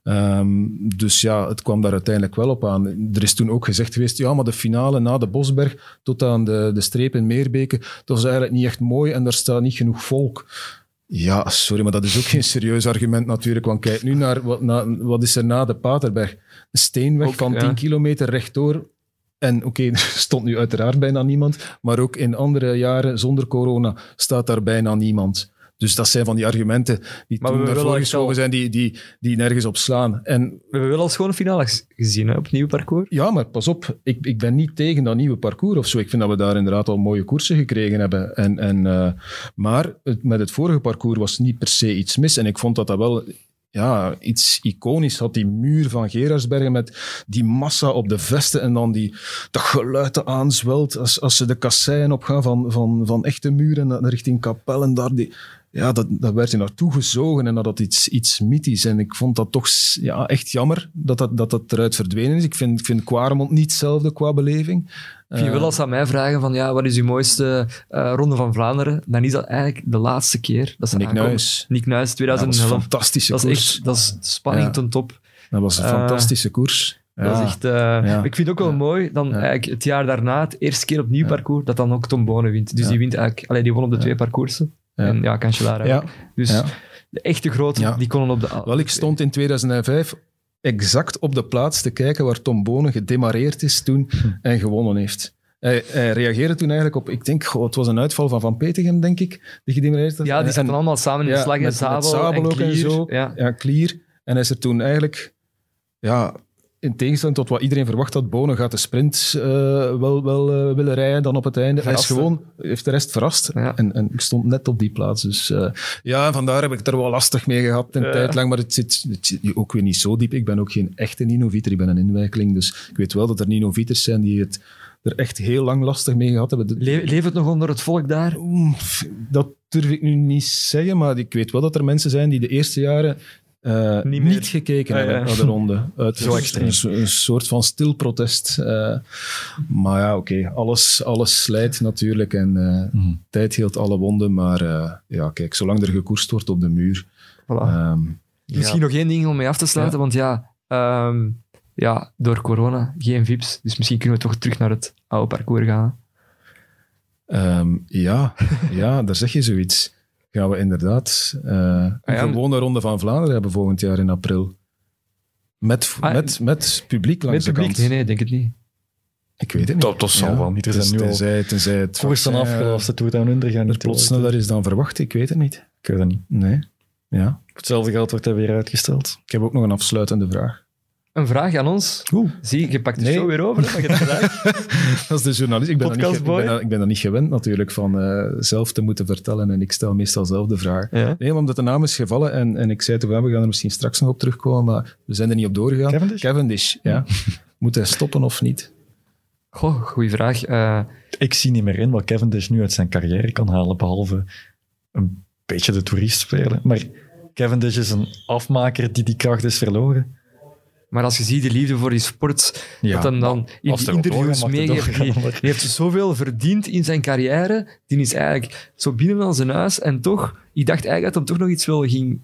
Dus ja, het kwam daar uiteindelijk wel op aan. Er is toen ook gezegd geweest, maar de finale na de Bosberg tot aan de streep in Meerbeke, dat was eigenlijk niet echt mooi en daar staat niet genoeg volk. Ja, sorry, maar dat is ook geen serieus argument natuurlijk, want kijk nu naar wat is er na de Paterberg. Een steenweg ook, van 10 kilometer rechtdoor. En oké, er stond nu uiteraard bijna niemand, maar ook in andere jaren zonder corona staat daar bijna niemand. Dus dat zijn van die argumenten die toen daarvoor geschoven zijn, die nergens op slaan. En we hebben wel al schone finales gezien op het nieuwe parcours. Ja, maar pas op, ik ben niet tegen dat nieuwe parcours of zo. Ik vind dat we daar inderdaad al mooie koersen gekregen hebben. Maar met het vorige parcours was niet per se iets mis. En ik vond dat wel iets iconisch had, die muur van Geraardsbergen met die massa op de vesten en dan dat geluid dat aanzwelt als ze de kasseien opgaan van echte muren richting Kapel en daar dat werd je naartoe gezogen en dat had iets mythisch. En ik vond dat toch echt jammer dat eruit verdwenen is. Ik vind Quaremont niet hetzelfde qua beleving. Ik vind wel als ze aan mij vragen van wat is uw mooiste Ronde van Vlaanderen, dan is dat eigenlijk de laatste keer dat ze aankomt. Nick Nuis, 2011. Dat was een fantastische koers. Dat is spanning ten top. Dat was een fantastische koers. Dat is echt, ik vind het ook wel mooi, dan eigenlijk het jaar daarna, het eerste keer op nieuw parcours, dat dan ook Tom Bonen wint. Dus die wint eigenlijk, die won op de 2 parcoursen. Ja. En Cancellara ook. Dus de echte grote, die konden op de... Wel, ik stond in 2005 exact op de plaats te kijken waar Tom Bonen gedemareerd is toen en gewonnen heeft. Hij reageerde toen eigenlijk op, ik denk, het was een uitval van Van Petegem, denk ik, die gedemareerd had. Ja, die zaten allemaal samen in de slag en Zabel en Klier. En zo. Ja, Klier. En hij is er toen eigenlijk... in tegenstelling tot wat iedereen verwacht had, Bonen gaat de sprint wel willen rijden dan op het einde. Hij heeft de rest verrast. Ja. En ik stond net op die plaats. Dus vandaar heb ik het er wel lastig mee gehad een tijd lang. Maar het zit ook weer niet zo diep. Ik ben ook geen echte Nino-Vieter. Ik ben een inwijkeling. Dus ik weet wel dat er Nino-Vieters zijn die het er echt heel lang lastig mee gehad hebben. Leeft het nog onder het volk daar? Dat durf ik nu niet zeggen. Maar ik weet wel dat er mensen zijn die de eerste jaren... niet gekeken hebben naar de ronde. Zo extreem. Een soort van stil protest. Maar ja, oké. Alles slijt natuurlijk en tijd heelt alle wonden. Maar kijk, zolang er gekoerst wordt op de muur... Voilà. Misschien nog één ding om mee af te sluiten, want door corona geen VIP's. Dus misschien kunnen we toch terug naar het oude parcours gaan. Daar zeg je zoiets. Gaan we inderdaad een gewone Ronde van Vlaanderen hebben volgend jaar in april. Met publiek langs de kant. Nee, denk het niet. Ik weet het niet. Dat zal wel niet. Er zijn tenzij het koersen afgelast, de Tour Down Under gaan niet plots sneller is dan verwacht. Ik weet het niet. Ik weet het niet. Nee. Ja. Voor hetzelfde geld wordt hij weer uitgesteld. Ik heb ook nog een afsluitende vraag. Een vraag aan ons? Zie, je pakt de show weer over. Dat is de journalist. Ik ben dat niet gewend natuurlijk, van zelf te moeten vertellen. En ik stel meestal zelf de vraag. Ja. Nee, omdat de naam is gevallen. En ik zei toen, we gaan er misschien straks nog op terugkomen. Maar we zijn er niet op doorgegaan. Cavendish, ja. Moet hij stoppen of niet? Goh, goeie vraag. Ik zie niet meer in wat Cavendish nu uit zijn carrière kan halen, behalve een beetje de toerist spelen. Maar Cavendish is een afmaker die kracht is verloren. Maar als je ziet de liefde voor die sport, dat hem dan in die interviews meegeeft, die heeft zoveel verdiend in zijn carrière, die is eigenlijk zo binnen van zijn huis en toch, ik dacht eigenlijk dat hij toch nog iets ging,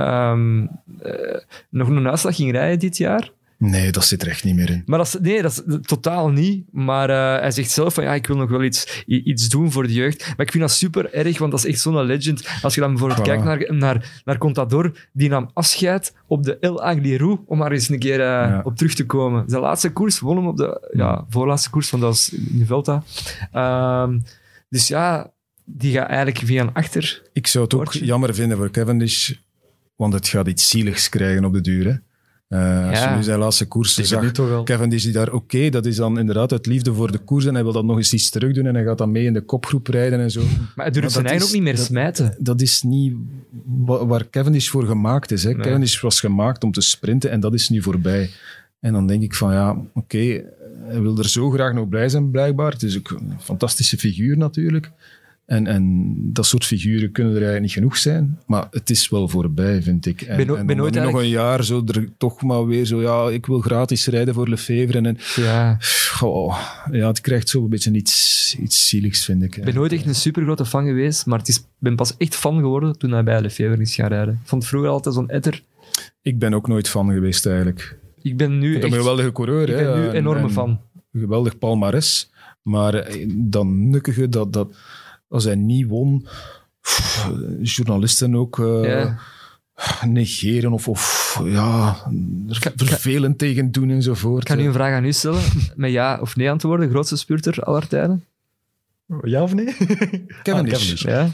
nog een uitslag ging rijden dit jaar. Nee, dat zit er echt niet meer in. Maar dat is totaal niet. Maar hij zegt zelf van, ik wil nog wel iets doen voor de jeugd. Maar ik vind dat super erg, want dat is echt zo'n legend. Als je dan bijvoorbeeld kijkt naar Contador, die nam afscheid op de El Aguilerou, om maar eens een keer op terug te komen. Zijn laatste koers won hem op de voorlaatste koers, want dat was in de Vuelta. Dus die gaat eigenlijk via een achter. Ik zou het ook jammer vinden voor Cavendish, want het gaat iets zieligs krijgen op de duur, hè. Als je nu zijn laatste koers zag, Cavendish die daar dat is dan inderdaad uit liefde voor de koers en hij wil dat nog eens iets terug doen en hij gaat dan mee in de kopgroep rijden en zo. Maar hij durft zijn eigen ook niet meer smijten. Dat is niet waar Cavendish voor gemaakt is. Hè. Nee. Cavendish was gemaakt om te sprinten en dat is nu voorbij. En dan denk ik van hij wil er zo graag nog bij zijn blijkbaar. Het is ook een fantastische figuur natuurlijk. En dat soort figuren kunnen er eigenlijk niet genoeg zijn. Maar het is wel voorbij, vind ik. En nog een jaar zo er toch maar weer zo... ik wil gratis rijden voor Lefevre. Het krijgt zo een beetje iets zieligs, vind ik. Ik ben nooit echt een supergrote fan geweest, maar ik ben pas echt fan geworden toen hij bij Lefevre is gaan rijden. Ik vond het vroeger altijd zo'n etter. Ik ben ook nooit fan geweest, eigenlijk. Ik ben nu echt... een geweldige coureur. Ik ben nu enorme fan. Een geweldig palmares. Maar dan nukkige dat als hij niet won, journalisten ook negeren of vervelend tegen doen enzovoort. Ik kan u een vraag aan u stellen, met ja of nee antwoorden. Grootste spurter aller tijden? Ja of nee? Cavendish. Ja.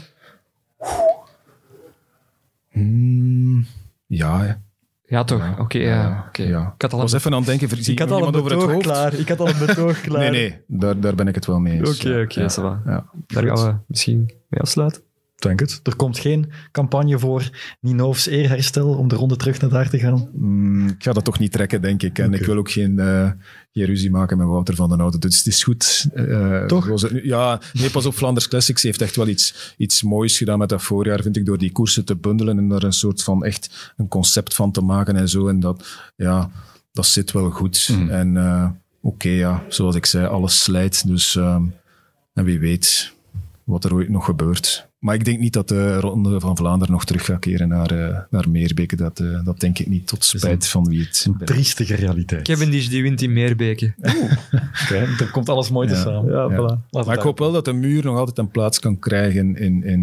Ja, toch? Oké. Ik was even aan het denken, ik had al een betoog klaar. Nee, daar ben ik het wel mee eens. Oké, daar gaan we misschien mee afsluiten. Denk het. Er komt geen campagne voor Ninovs eerherstel om de ronde terug naar daar te gaan? Ik ga dat toch niet trekken, denk ik. En ik wil ook geen ruzie maken met Wouter van den Houten. Dus het is goed. Toch? Pas op, Flanders Classics heeft echt wel iets moois gedaan met dat voorjaar, vind ik, door die koersen te bundelen en daar een soort van echt een concept van te maken en zo. En dat zit wel goed. En zoals ik zei, alles slijt. Dus en wie weet wat er ooit nog gebeurt. Maar ik denk niet dat de Ronde van Vlaanderen nog terug gaat keren naar Meerbeke. Dat denk ik niet, tot spijt van wie het... Een triestige realiteit. Cavendish die wint in Meerbeke. Er komt alles mooi te samen. Ja, voilà. Maar ik hoop wel dat de muur nog altijd een plaats kan krijgen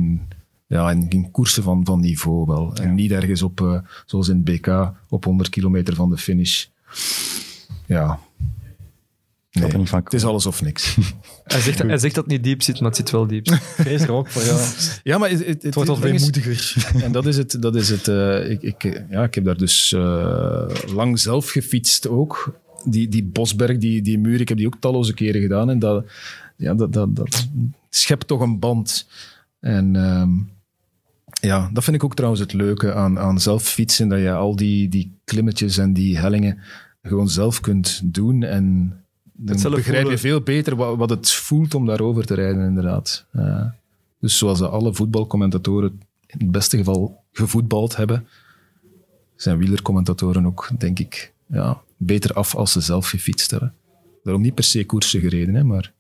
in koersen van niveau wel. En niet ergens op, zoals in het BK, op 100 kilometer van de finish. Ja. Nee, het is alles of niks. Hij zegt dat het niet diep zit, maar het zit wel diep. Vrees er ook voor, ja. Ja, maar het wordt al weemoediger. En dat is het. Ik heb daar dus lang zelf gefietst ook. Die Bosberg, die muur, ik heb die ook talloze keren gedaan. En dat schept toch een band. En dat vind ik ook trouwens het leuke aan zelf fietsen. Dat je al die klimmetjes en die hellingen gewoon zelf kunt doen. En dan begrijp je veel beter wat het voelt om daarover te rijden, inderdaad. Dus zoals alle voetbalcommentatoren in het beste geval gevoetbald hebben, zijn wielercommentatoren ook, denk ik, beter af als ze zelf gefietst hebben. Daarom niet per se koersen gereden, hè, maar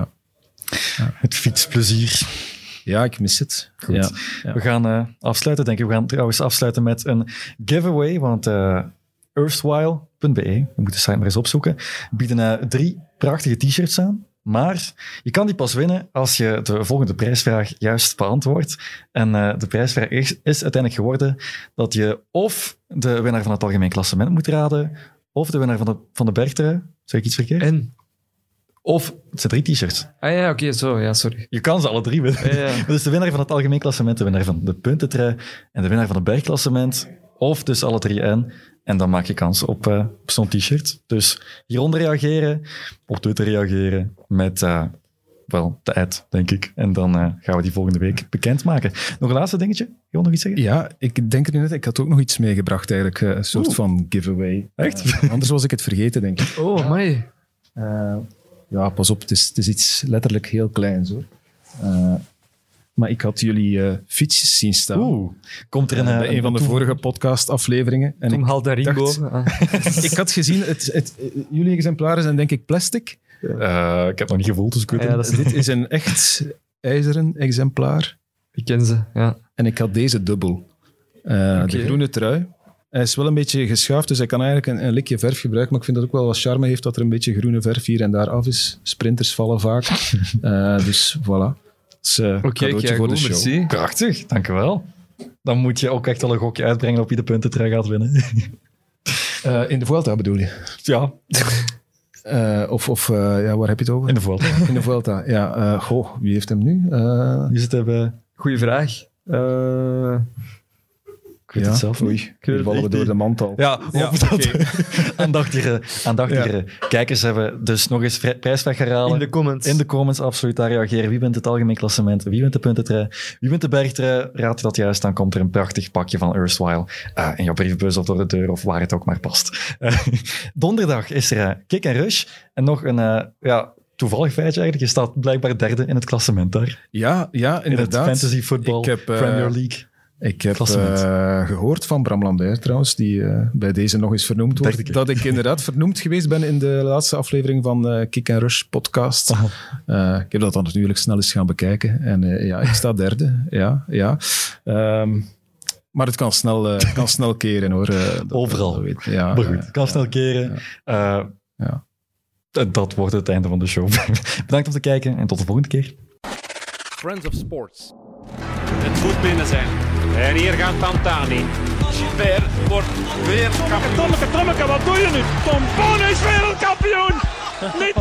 Het fietsplezier. Ja, ik mis het. Goed. Ja. We gaan afsluiten, denk ik. We gaan trouwens afsluiten met een giveaway, want erstwhile.be, we moeten de site maar eens opzoeken, bieden 3 prachtige t-shirts aan. Maar je kan die pas winnen als je de volgende prijsvraag juist beantwoordt. En de prijsvraag is uiteindelijk geworden dat je of de winnaar van het algemeen klassement moet raden, of de winnaar van de bergtrui. Zeg ik iets verkeerd? Of, het zijn 3 t-shirts. Ah ja, oké, zo, ja, sorry. Je kan ze alle 3 winnen. Ja. Dus de winnaar van het algemeen klassement, de winnaar van de puntentrui en de winnaar van het bergklassement. Of dus alle 3 en dan maak je kans op zo'n t-shirt. Dus hieronder reageren, op Twitter reageren met de ad, denk ik. En dan gaan we die volgende week bekendmaken. Nog een laatste dingetje? Je wil nog iets zeggen? Ja, ik denk er nu net, ik had ook nog iets meegebracht eigenlijk. Een soort van giveaway. Echt? Anders was ik het vergeten, denk ik. Oh, amai. Ja, pas op, het is iets letterlijk heel kleins, hoor. maar ik had jullie fietsjes zien staan. Komt er bij een van de vorige podcastafleveringen. En Tom haalt de ring boven. Ik had gezien, jullie exemplaren zijn denk ik plastic. Ik heb het nog niet gevoeld, dus ik weet het niet. Dit is een echt ijzeren exemplaar. Ik ken ze, ja. En ik had deze dubbel. De groene trui. Hij is wel een beetje geschaafd, dus hij kan eigenlijk een likje verf gebruiken. Maar ik vind dat ook wel wat charme heeft dat er een beetje groene verf hier en daar af is. Sprinters vallen vaak. Dus voilà. Dus, cadeautje voor de show. Merci. Prachtig, dankjewel. Dan moet je ook echt wel een gokje uitbrengen op wie de puntentrui gaat winnen. In de Vuelta bedoel je? Ja. Waar heb je het over? In de Vuelta. In de Vuelta, ja. Wie heeft hem nu? Wie zit hebben? Goeie vraag. Ik weet het zelf niet. Nu vallen we door de mand al. Ja, aandachtigere kijkers hebben dus nog eens prijsvraag herhalen. In de comments, absoluut daar reageren. Wie wint het algemeen klassement? Wie wint de puntentrui? Wie wint de bergtrui? Raad je dat juist, dan komt er een prachtig pakje van Erstwhile in jouw brievenbus of door de deur of waar het ook maar past. Donderdag is er Kick and Rush en nog een... toevallig feitje eigenlijk, je staat blijkbaar derde in het klassement daar. Ja, inderdaad. In het fantasy football Premier League. Ik heb gehoord van Bram Lambert trouwens, die bij deze nog eens vernoemd wordt, dat ik inderdaad vernoemd geweest ben in de laatste aflevering van Kick and Rush podcast. Ik heb dat dan natuurlijk snel eens gaan bekijken. En ik sta derde. Ja. Maar het kan snel keren hoor. Overal. Maar goed, het kan snel keren. Dat wordt het einde van de show. Bedankt om te kijken en tot de volgende keer. Friends of Sports. Het moet binnen zijn. En hier gaat Pantani. Gilbert wordt weer kampioen. Tommeke, wat doe je nu? Tom Boon is wereldkampioen! Niet